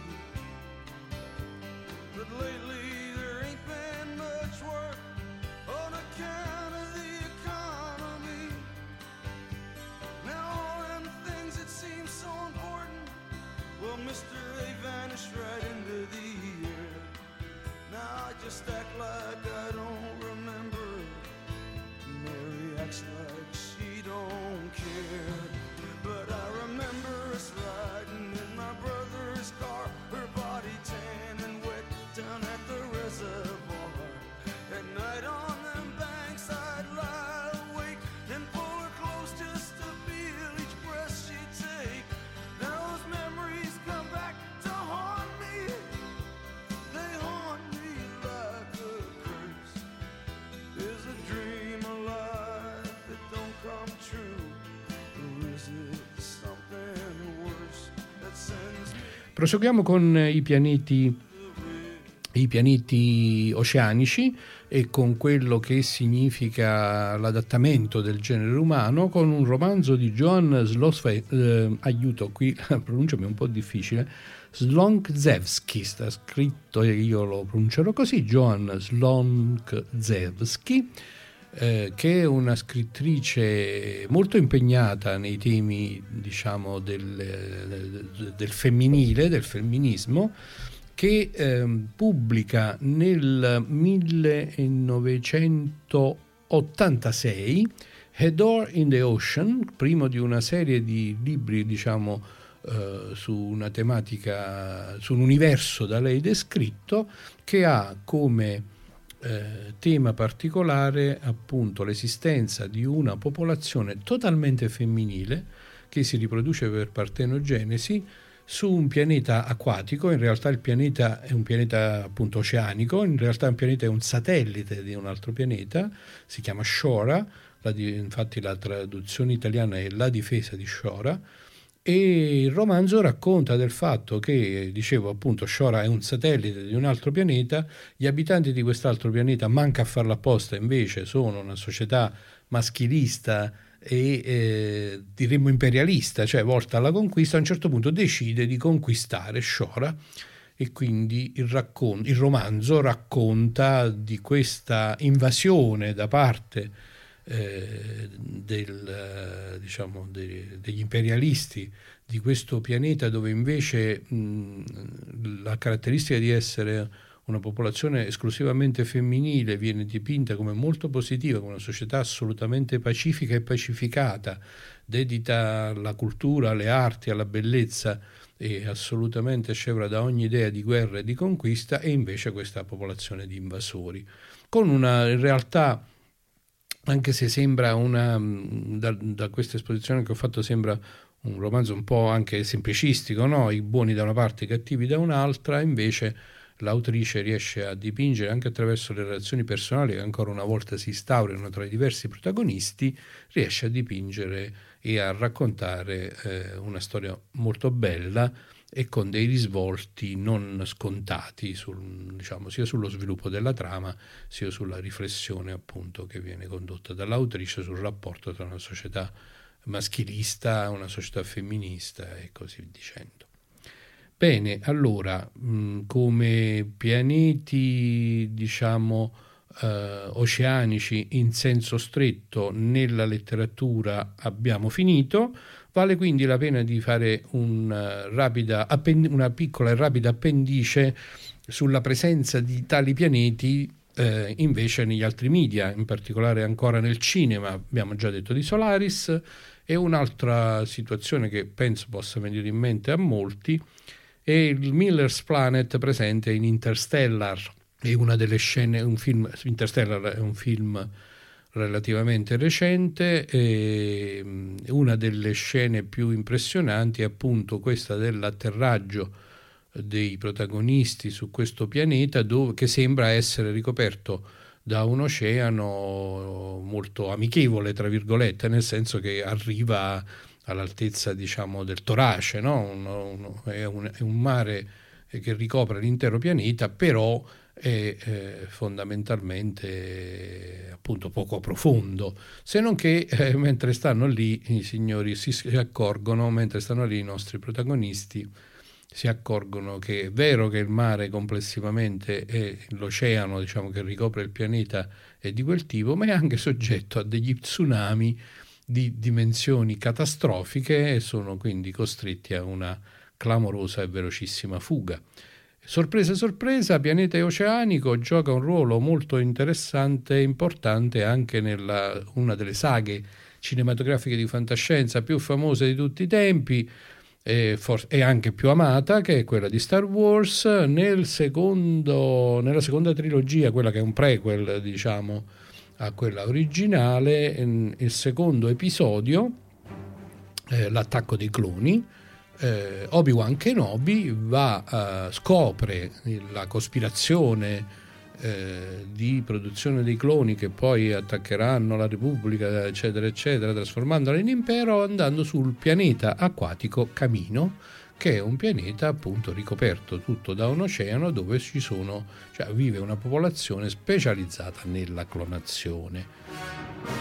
But lately there ain't been much work on account of the economy. Now all them things that seem so important, well, mister, they vanished right into the air. Now I just act like I don't remember. Mary acts like she don't care. But I remember us riding in my brother's car, her body tan and wet down at the reservoir. At night on them banks I'd lie awake and pull her close just to feel each breath she'd take. Now those memories come back to haunt me. They haunt me like a curse. Is a dream alive that don't come true? Or is it something worse that sends me? Proseguiamo con i pianeti oceanici e con quello che significa l'adattamento del genere umano, con un romanzo di Johann aiuto, qui la pronuncia mi è un po' difficile, Slonczewski, sta scritto e io lo pronuncerò così, Johann Slonczewski, che è una scrittrice molto impegnata nei temi, diciamo, del femminile, del femminismo, che pubblica nel 1986 A Door in the Ocean, primo di una serie di libri, diciamo, su una tematica, su un universo da lei descritto, che ha come tema particolare appunto l'esistenza di una popolazione totalmente femminile che si riproduce per partenogenesi su un pianeta acquatico. In realtà il pianeta è un pianeta appunto oceanico, in realtà il pianeta è un satellite di un altro pianeta, si chiama Shora, infatti la traduzione italiana è La difesa di Shora, e il romanzo racconta del fatto che, dicevo appunto, Shora è un satellite di un altro pianeta, gli abitanti di quest'altro pianeta, manca a farla apposta, invece sono una società maschilista e diremmo imperialista, cioè volta alla conquista. A un certo punto decide di conquistare Shora e quindi il romanzo racconta di questa invasione da parte degli imperialisti di questo pianeta, dove invece la caratteristica di essere una popolazione esclusivamente femminile viene dipinta come molto positiva, come una società assolutamente pacifica e pacificata, dedita alla cultura, alle arti, alla bellezza e assolutamente scevra da ogni idea di guerra e di conquista, e invece questa popolazione di invasori, con una, in realtà, anche se sembra da questa esposizione che ho fatto, sembra un romanzo un po' anche semplicistico, no? I buoni da una parte, i cattivi da un'altra, invece l'autrice riesce a dipingere, anche attraverso le relazioni personali che ancora una volta si instaurano tra i diversi protagonisti, riesce a dipingere e a raccontare una storia molto bella e con dei risvolti non scontati sia sullo sviluppo della trama, sia sulla riflessione appunto che viene condotta dall'autrice sul rapporto tra una società maschilista, una società femminista e così dicendo. Bene, allora, come pianeti, diciamo, oceanici in senso stretto nella letteratura abbiamo finito. Vale quindi la pena di fare una piccola e rapida appendice sulla presenza di tali pianeti invece negli altri media, in particolare ancora nel cinema. Abbiamo già detto di Solaris, e un'altra situazione che penso possa venire in mente a molti è il Miller's Planet presente in Interstellar. È una delle scene, Interstellar è un film relativamente recente, e una delle scene più impressionanti è appunto questa dell'atterraggio dei protagonisti su questo pianeta, che sembra essere ricoperto da un oceano molto amichevole, tra virgolette, nel senso che arriva all'altezza, diciamo, del torace, no? È un mare che ricopre l'intero pianeta, però è fondamentalmente appunto poco profondo, se non che mentre stanno lì i signori si accorgono, mentre stanno lì i nostri protagonisti si accorgono che è vero che il mare complessivamente è l'oceano, diciamo, che ricopre il pianeta è di quel tipo, ma è anche soggetto a degli tsunami di dimensioni catastrofiche e sono quindi costretti a una clamorosa e velocissima fuga. Sorpresa, sorpresa, Pianeta Oceanico gioca un ruolo molto interessante e importante anche nella una delle saghe cinematografiche di fantascienza più famose di tutti i tempi, e anche più amata, che è quella di Star Wars. Nella seconda trilogia, quella che è un prequel, diciamo, a quella originale, il secondo episodio, l'attacco dei cloni, Obi-Wan Kenobi scopre la cospirazione di produzione dei cloni che poi attaccheranno la Repubblica, eccetera eccetera, trasformandola in impero, andando sul pianeta acquatico Camino, che è un pianeta appunto ricoperto tutto da un oceano dove vive una popolazione specializzata nella clonazione.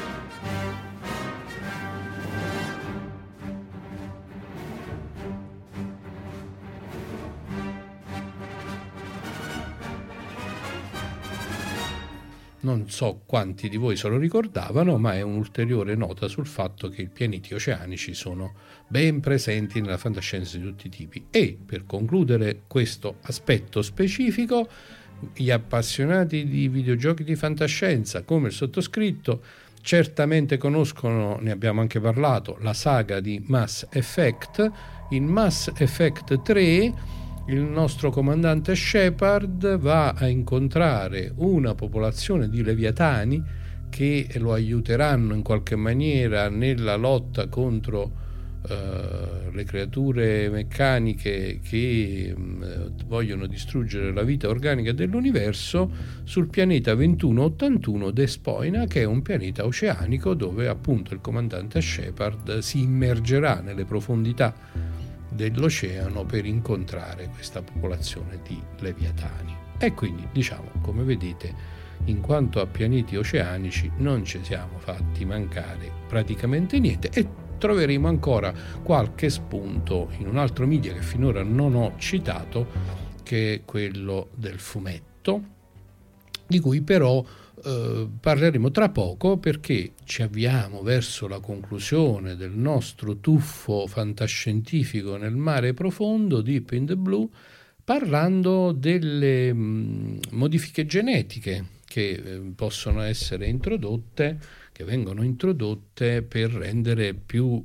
Non so quanti di voi se lo ricordavano, ma è un'ulteriore nota sul fatto che i pianeti oceanici sono ben presenti nella fantascienza di tutti i tipi. E per concludere questo aspetto specifico, gli appassionati di videogiochi di fantascienza, come il sottoscritto, certamente conoscono, ne abbiamo anche parlato, la saga di Mass Effect. In Mass Effect 3 il nostro comandante Shepard va a incontrare una popolazione di leviatani che lo aiuteranno in qualche maniera nella lotta contro le creature meccaniche che vogliono distruggere la vita organica dell'universo, sul pianeta 2181 Despoina, che è un pianeta oceanico dove appunto il comandante Shepard si immergerà nelle profondità dell'oceano per incontrare questa popolazione di leviatani. E quindi, diciamo, come vedete, in quanto a pianeti oceanici non ci siamo fatti mancare praticamente niente, e troveremo ancora qualche spunto in un altro media che finora non ho citato, che è quello del fumetto, di cui però parleremo tra poco, perché ci avviamo verso la conclusione del nostro tuffo fantascientifico nel mare profondo, Deep in the Blue, parlando delle modifiche genetiche che possono essere introdotte, che vengono introdotte per rendere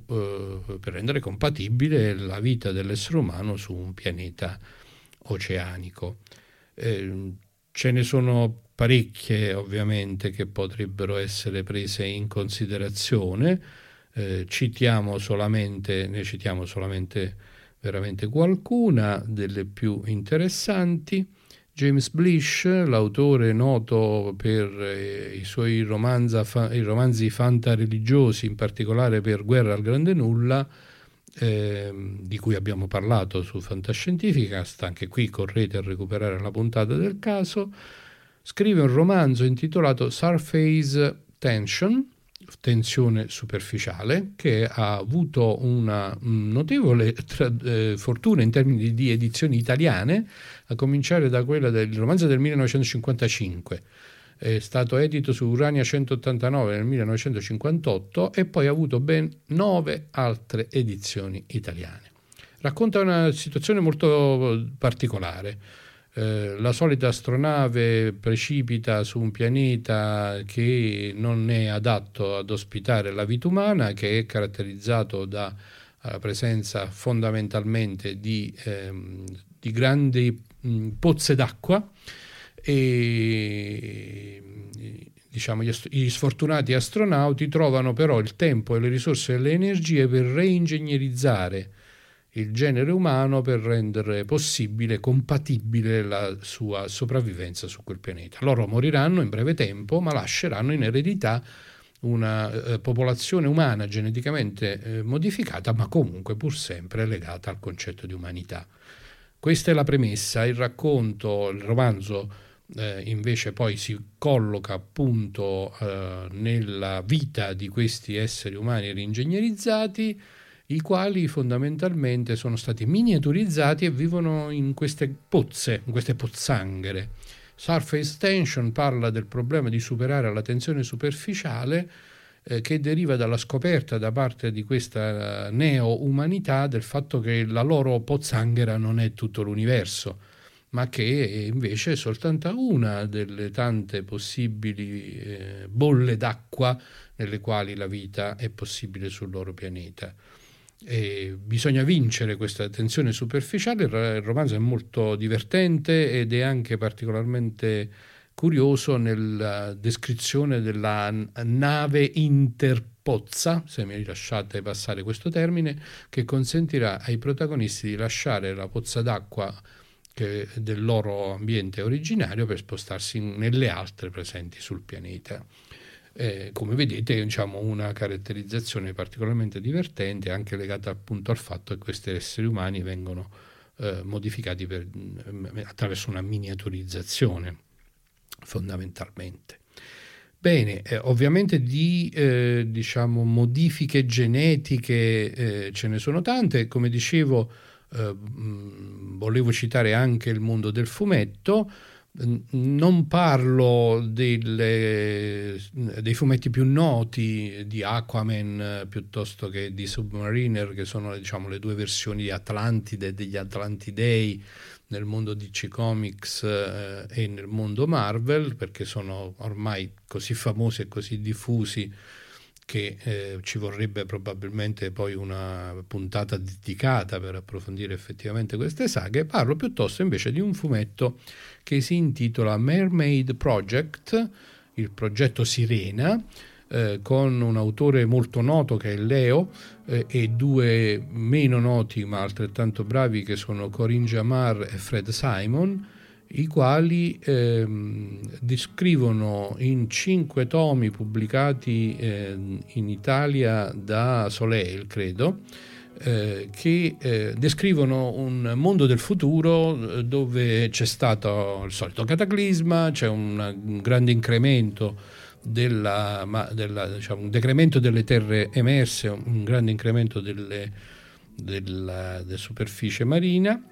compatibile la vita dell'essere umano su un pianeta oceanico. Ce ne sono parecchie ovviamente che potrebbero essere prese in considerazione, ne citiamo solamente veramente qualcuna delle più interessanti. James Blish, l'autore noto per i suoi romanzi fantareligiosi, in particolare per Guerra al Grande Nulla, di cui abbiamo parlato su Fantascientificast, anche qui correte a recuperare la puntata del caso, scrive un romanzo intitolato Surface Tension, tensione superficiale, che ha avuto una notevole fortuna in termini di edizioni italiane, a cominciare da quella del romanzo del 1955. È stato edito su Urania 189 nel 1958 e poi ha avuto ben 9 altre edizioni italiane. Racconta una situazione molto particolare. La solita astronave precipita su un pianeta che non è adatto ad ospitare la vita umana, che è caratterizzato da presenza fondamentalmente di grandi pozze d'acqua, e diciamo gli sfortunati astronauti trovano però il tempo e le risorse e le energie per reingegnerizzare il genere umano, per rendere possibile, compatibile la sua sopravvivenza su quel pianeta. Loro moriranno in breve tempo, ma lasceranno in eredità una popolazione umana geneticamente modificata, ma comunque pur sempre legata al concetto di umanità. Questa è la premessa. Il romanzo invece poi si colloca appunto nella vita di questi esseri umani ringegnerizzati, i quali fondamentalmente sono stati miniaturizzati e vivono in queste pozze, in queste pozzanghere. Surface Tension parla del problema di superare la tensione superficiale che deriva dalla scoperta da parte di questa neo-umanità del fatto che la loro pozzanghera non è tutto l'universo, ma che invece è soltanto una delle tante possibili bolle d'acqua nelle quali la vita è possibile sul loro pianeta. E bisogna vincere questa tensione superficiale. Il romanzo è molto divertente ed è anche particolarmente curioso nella descrizione della nave interpozza, se mi lasciate passare questo termine, che consentirà ai protagonisti di lasciare la pozza d'acqua del loro ambiente originario per spostarsi nelle altre presenti sul pianeta. Come vedete, diciamo, una caratterizzazione particolarmente divertente, anche legata appunto al fatto che questi esseri umani vengono modificati attraverso una miniaturizzazione, fondamentalmente. Bene, ovviamente di diciamo modifiche genetiche ce ne sono tante. Come dicevo, volevo citare anche il mondo del fumetto. Non parlo dei fumetti più noti di Aquaman piuttosto che di Submariner, che sono, diciamo, le due versioni di Atlantide e degli Atlantidei nel mondo DC Comics e nel mondo Marvel, perché sono ormai così famosi e così diffusi che ci vorrebbe probabilmente poi una puntata dedicata per approfondire effettivamente queste saghe. Parlo piuttosto invece di un fumetto che si intitola Mermaid Project, il progetto Sirena, con un autore molto noto che è Leo e due meno noti ma altrettanto bravi che sono Corinne Jamar e Fred Simon, i quali descrivono in 5 tomi pubblicati in Italia da Soleil, credo, che descrivono un mondo del futuro dove c'è stato il solito cataclisma, c'è un grande incremento diciamo, un decremento delle terre emerse, un grande incremento della superficie marina,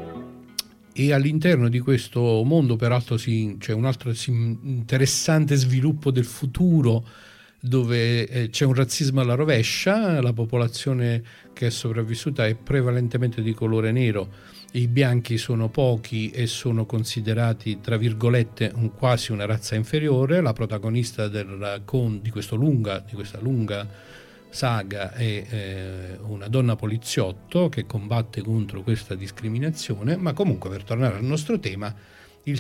e all'interno di questo mondo peraltro c'è un altro interessante sviluppo del futuro dove c'è un razzismo alla rovescia. La popolazione che è sopravvissuta è prevalentemente di colore nero, i bianchi sono pochi e sono considerati tra virgolette quasi una razza inferiore. La protagonista di questa lunga saga è una donna poliziotto che combatte contro questa discriminazione, ma comunque, per tornare al nostro tema, il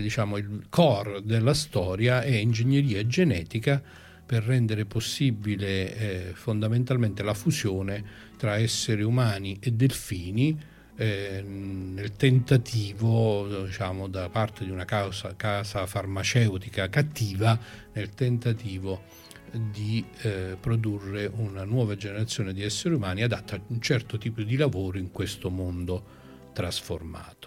core della storia è ingegneria genetica per rendere possibile fondamentalmente la fusione tra esseri umani e delfini, nel tentativo, diciamo, da parte di una casa farmaceutica cattiva, nel tentativo di produrre una nuova generazione di esseri umani adatta a un certo tipo di lavoro in questo mondo trasformato.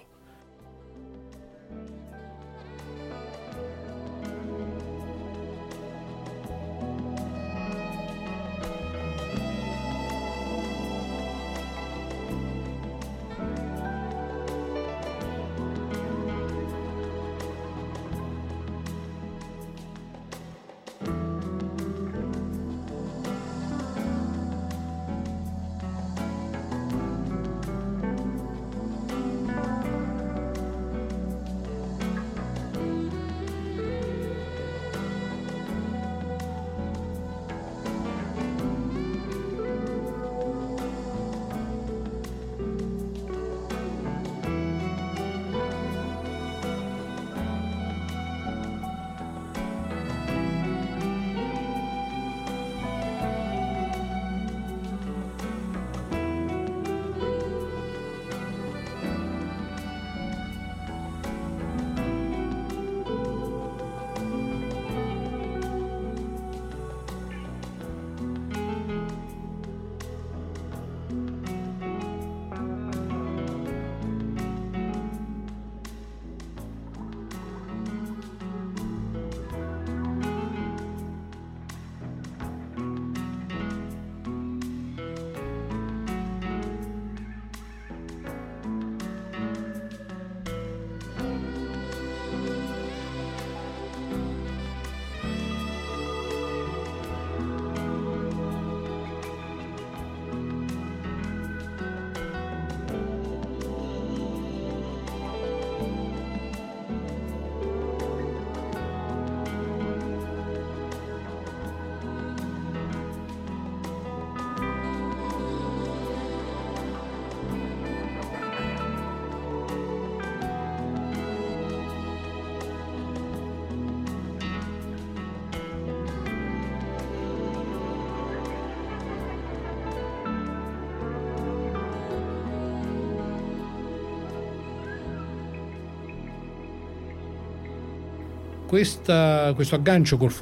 Questo aggancio col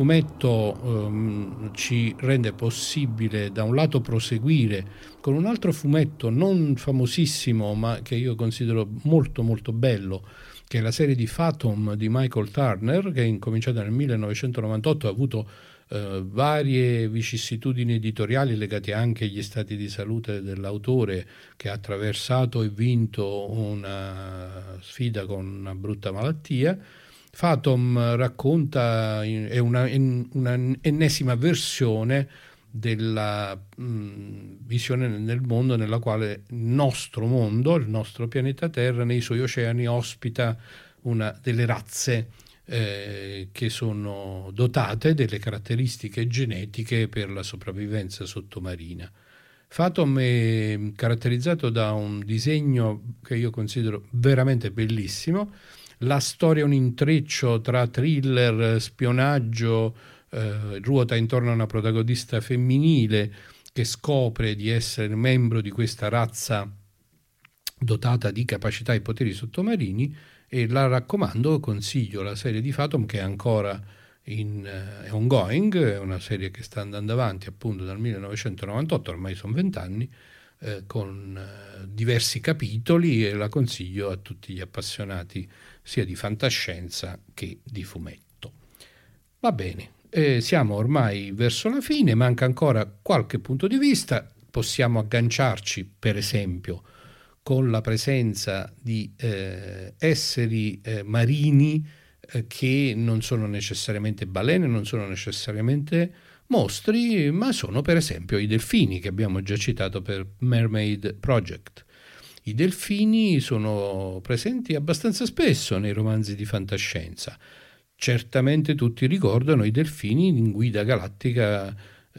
fumetto ci rende possibile da un lato proseguire con un altro fumetto non famosissimo ma che io considero molto molto bello, che è la serie di Fathom di Michael Turner, che è incominciata nel 1998, ha avuto varie vicissitudini editoriali legate anche agli stati di salute dell'autore, che ha attraversato e vinto una sfida con una brutta malattia. Fathom racconta, è una ennesima versione della visione nel mondo nella quale il nostro mondo, il nostro pianeta Terra, nei suoi oceani ospita una delle razze che sono dotate delle caratteristiche genetiche per la sopravvivenza sottomarina. Fathom è caratterizzato da un disegno che io considero veramente bellissimo. La storia è un intreccio tra thriller, spionaggio, ruota intorno a una protagonista femminile che scopre di essere membro di questa razza dotata di capacità e poteri sottomarini, e la raccomando, consiglio la serie di Fathom, che è ancora è ongoing, è una serie che sta andando avanti appunto dal 1998, ormai sono 20 anni, con diversi capitoli, e la consiglio a tutti gli appassionati sia di fantascienza che di fumetto. Va bene, siamo ormai verso la fine, manca ancora qualche punto di vista. Possiamo agganciarci per esempio con la presenza di esseri marini che non sono necessariamente balene, non sono necessariamente mostri, ma sono per esempio i delfini, che abbiamo già citato per Mermaid Project. I delfini sono presenti abbastanza spesso nei romanzi di fantascienza. Certamente tutti ricordano i delfini in Guida galattica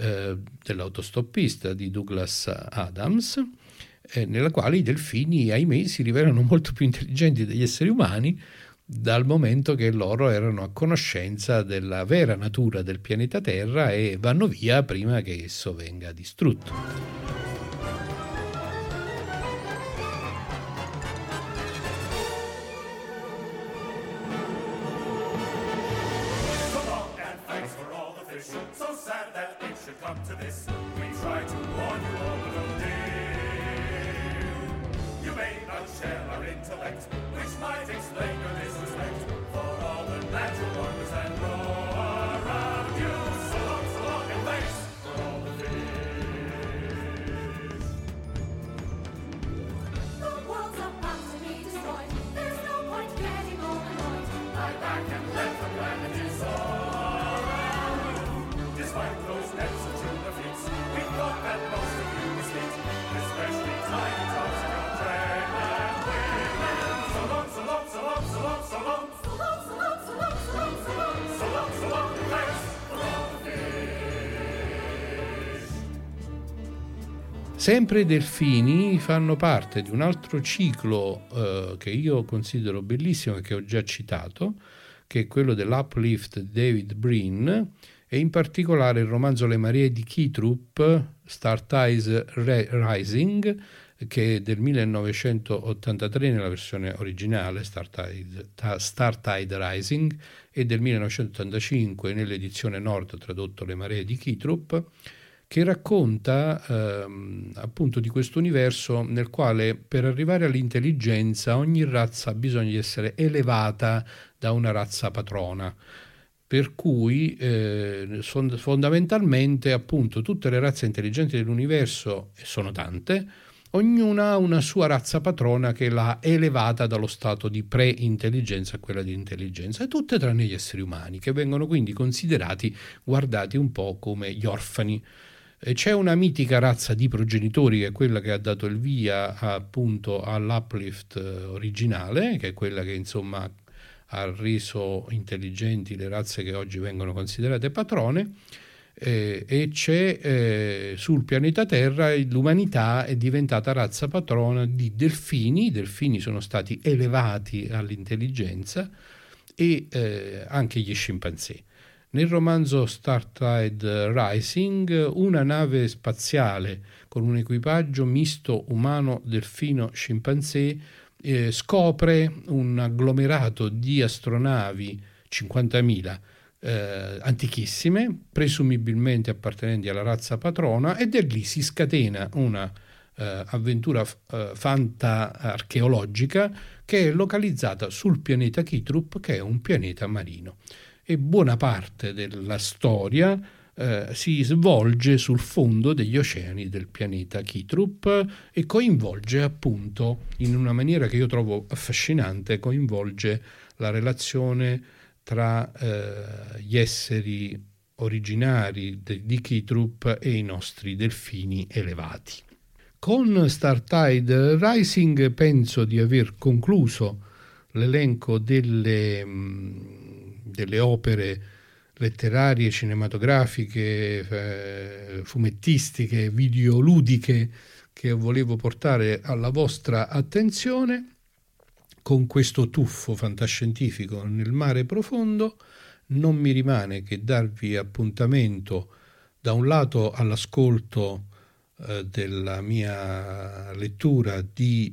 dell'autostoppista di Douglas Adams, nella quale i delfini, ahimè, si rivelano molto più intelligenti degli esseri umani, dal momento che loro erano a conoscenza della vera natura del pianeta Terra e vanno via prima che esso venga distrutto. Sempre i delfini fanno parte di un altro ciclo che io considero bellissimo e che ho già citato, che è quello dell'Uplift di David Brin, e in particolare il romanzo Le maree di Keytrup, Startide Rising, che è del 1983 nella versione originale, Startide Rising, e del 1985 nell'edizione nord tradotto Le maree di Keytrup, che racconta appunto di questo universo nel quale per arrivare all'intelligenza ogni razza ha bisogno di essere elevata da una razza patrona, per cui fondamentalmente appunto tutte le razze intelligenti dell'universo, e sono tante, ognuna ha una sua razza patrona che l'ha elevata dallo stato di pre-intelligenza a quella di intelligenza, e tutte tranne gli esseri umani, che vengono quindi guardati un po' come gli orfani. E c'è una mitica razza di progenitori che è quella che ha dato il via appunto all'Uplift originale, che è quella che insomma ha reso intelligenti le razze che oggi vengono considerate patrone, e c'è sul pianeta Terra l'umanità è diventata razza patrona di delfini. I delfini sono stati elevati all'intelligenza, e anche gli scimpanzé. Nel romanzo Startide Rising, una nave spaziale con un equipaggio misto umano-delfino-scimpanzé scopre un agglomerato di astronavi 50.000 antichissime, presumibilmente appartenenti alla razza patrona, e da lì si scatena una avventura fanta-archeologica che è localizzata sul pianeta Chitrup, che è un pianeta marino, e buona parte della storia si svolge sul fondo degli oceani del pianeta Chitrup e coinvolge, appunto, in una maniera che io trovo affascinante, coinvolge la relazione tra gli esseri originari di Chitrup e i nostri delfini elevati. Con Startide Rising penso di aver concluso l'elenco delle opere letterarie, cinematografiche, fumettistiche, videoludiche che volevo portare alla vostra attenzione. Con questo tuffo fantascientifico nel mare profondo non mi rimane che darvi appuntamento da un lato all'ascolto della mia lettura di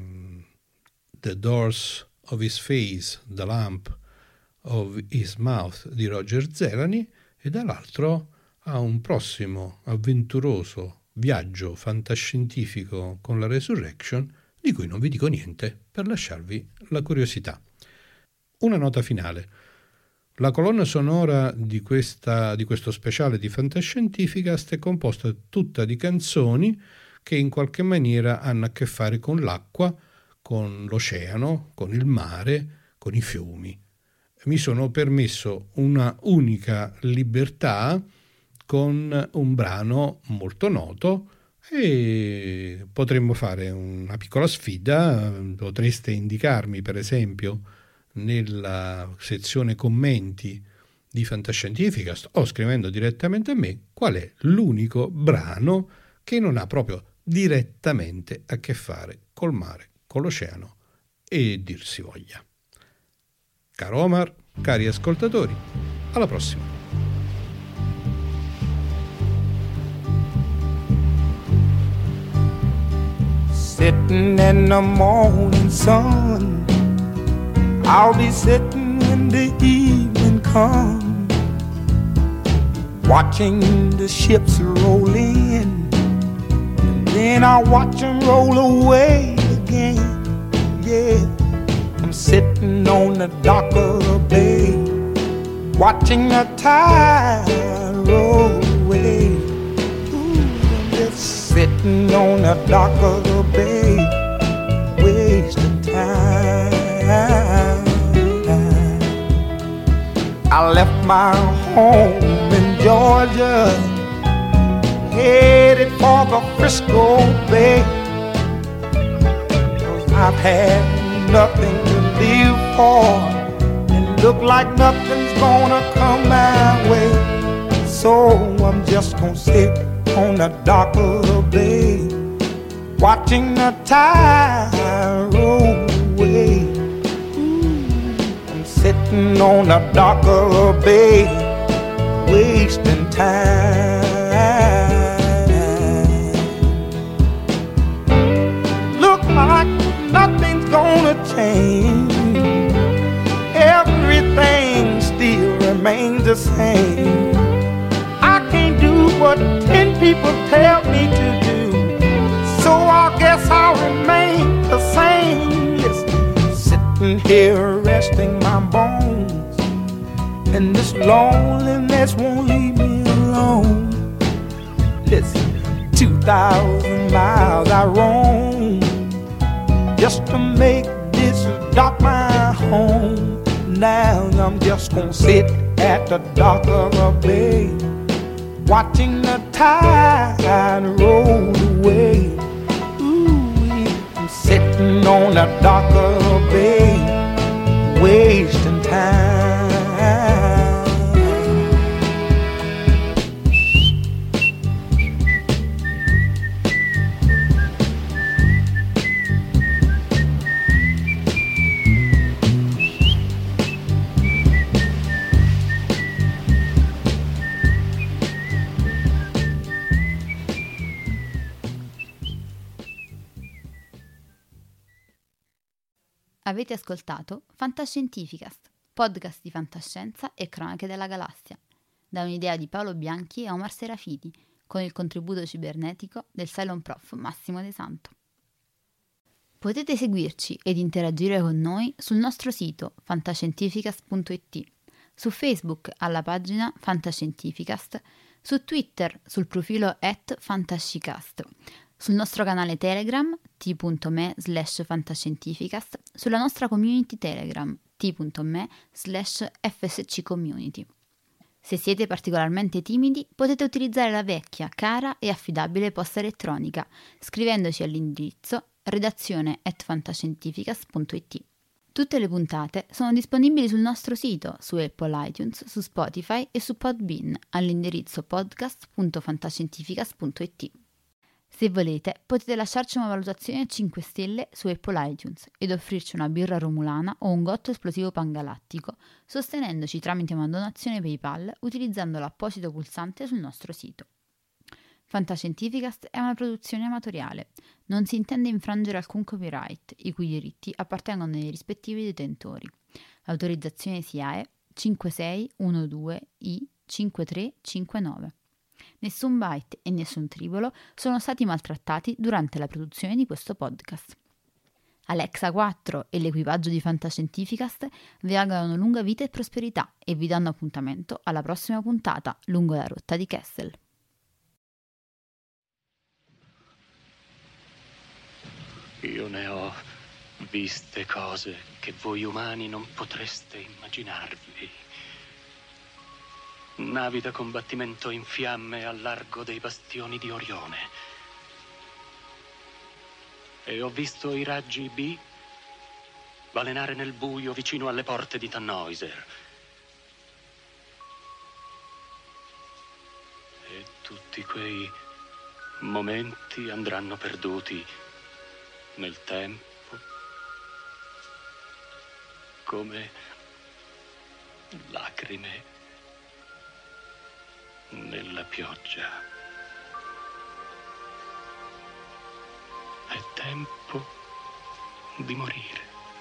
The Doors of His Face, The Lamp of His Mouth di Roger Zelazny, e dall'altro a un prossimo avventuroso viaggio fantascientifico con la Resurrection, di cui non vi dico niente per lasciarvi la curiosità. Una nota finale. La colonna sonora di questo speciale di Fantascientificast è composta tutta di canzoni che in qualche maniera hanno a che fare con l'acqua, con l'oceano, con il mare, con i fiumi. Mi sono permesso una unica libertà con un brano molto noto e potremmo fare una piccola sfida. Potreste indicarmi, per esempio, nella sezione commenti di Fantascientificast o scrivendo direttamente a me qual è l'unico brano che non ha proprio direttamente a che fare col mare, con l'oceano e dir si voglia. Caro Omar, cari ascoltatori, alla prossima. Sitting in the morning sun, I'll be sitting when the evening comes, watching the ships roll in, and then I'll watch them roll away again. Yeah, I'm sitting on the dock of the bay, watching the tide roll away. Ooh, I'm just sitting on the dock of the bay, wasting time. I left my home in Georgia, headed for the Frisco Bay, 'cause I've had nothing to live for, and look like nothing's gonna come my way. So I'm just gonna sit on the dock of the bay, watching the tide roll away. I'm sitting on the dock of the bay, wasting time. Look like nothing's gonna change, everything still remains the same. I can't do what 10 people tell me to do, so I guess I'll remain the same. Listen, sitting here resting my bones, and this loneliness won't leave me alone. Listen, 2,000 miles I roam just to make this dock my home. Now I'm just gonna sit at the dock of a bay, watching the tide roll away. Ooh, I'm sitting on the dock of a bay, wasting time. Avete ascoltato Fantascientificast, podcast di fantascienza e cronache della galassia, da un'idea di Paolo Bianchi e Omar Serafiti, con il contributo cibernetico del Cylon Prof Massimo De Santo. Potete seguirci ed interagire con noi sul nostro sito fantascientificast.it, su Facebook alla pagina Fantascientificast, su Twitter sul profilo @fantascicast, sul nostro canale Telegram t.me/fantascientificast, sulla nostra community Telegram t.me/fsccommunity. Se siete particolarmente timidi, potete utilizzare la vecchia, cara e affidabile posta elettronica, scrivendoci all'indirizzo redazione@fantascientificast.it. Tutte le puntate sono disponibili sul nostro sito, su Apple iTunes, su Spotify e su Podbean, all'indirizzo podcast.fantascientificast.it. Se volete, potete lasciarci una valutazione a 5 stelle su Apple iTunes ed offrirci una birra romulana o un gotto esplosivo pangalattico, sostenendoci tramite una donazione PayPal utilizzando l'apposito pulsante sul nostro sito. Fantascientificast è una produzione amatoriale. Non si intende infrangere alcun copyright, i cui diritti appartengono ai rispettivi detentori. L'autorizzazione SIAE 5612I5359. Nessun byte e nessun tribolo sono stati maltrattati durante la produzione di questo podcast. Alexa 4 e l'equipaggio di Fantascientificast vi augurano lunga vita e prosperità e vi danno appuntamento alla prossima puntata lungo la rotta di Kessel. Io ne ho viste cose che voi umani non potreste immaginarvi. Navi da combattimento in fiamme al largo dei bastioni di Orione. E ho visto i raggi B balenare nel buio vicino alle porte di Tannhäuser. E tutti quei momenti andranno perduti nel tempo, come lacrime nella pioggia. È tempo di morire.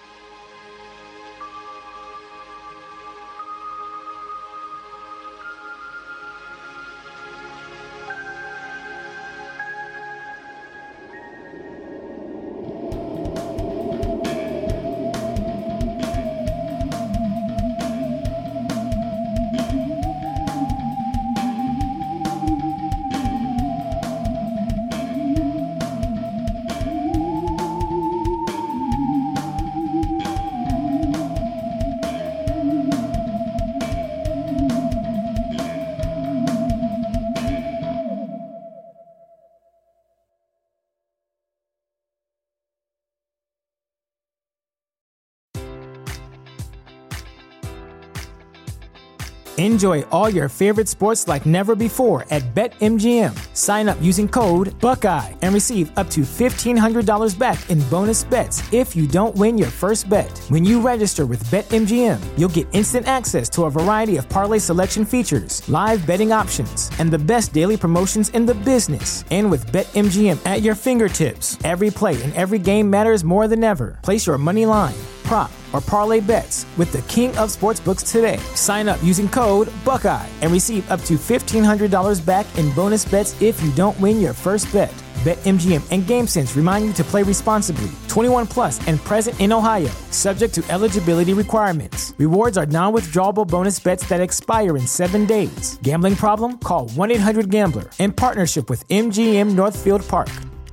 Enjoy all your favorite sports like never before at BetMGM. Sign up using code Buckeye and receive up to $1,500 back in bonus bets if you don't win your first bet. When you register with BetMGM, you'll get instant access to a variety of parlay selection features, live betting options, and the best daily promotions in the business. And with BetMGM at your fingertips, every play and every game matters more than ever. Place your money line, prop, or parlay bets with the king of sportsbooks today. Sign up using code Buckeye and receive up to $1,500 back in bonus bets if you don't win your first bet. BetMGM and GameSense remind you to play responsibly. 21 plus and present in Ohio, subject to eligibility requirements. Rewards are non-withdrawable bonus bets that expire in 7 days. Gambling problem? Call 1-800-GAMBLER. In partnership with MGM Northfield Park.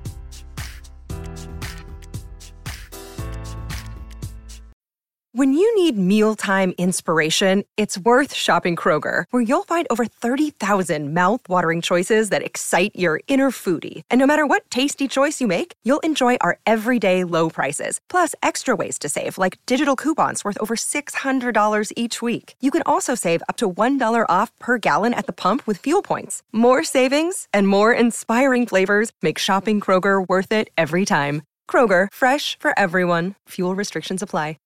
When you need mealtime inspiration, it's worth shopping Kroger, where you'll find over 30,000 mouth-watering choices that excite your inner foodie. And no matter what tasty choice you make, you'll enjoy our everyday low prices, plus extra ways to save, like digital coupons worth over $600 each week. You can also save up to $1 off per gallon at the pump with fuel points. More savings and more inspiring flavors make shopping Kroger worth it every time. Kroger, fresh for everyone. Fuel restrictions apply.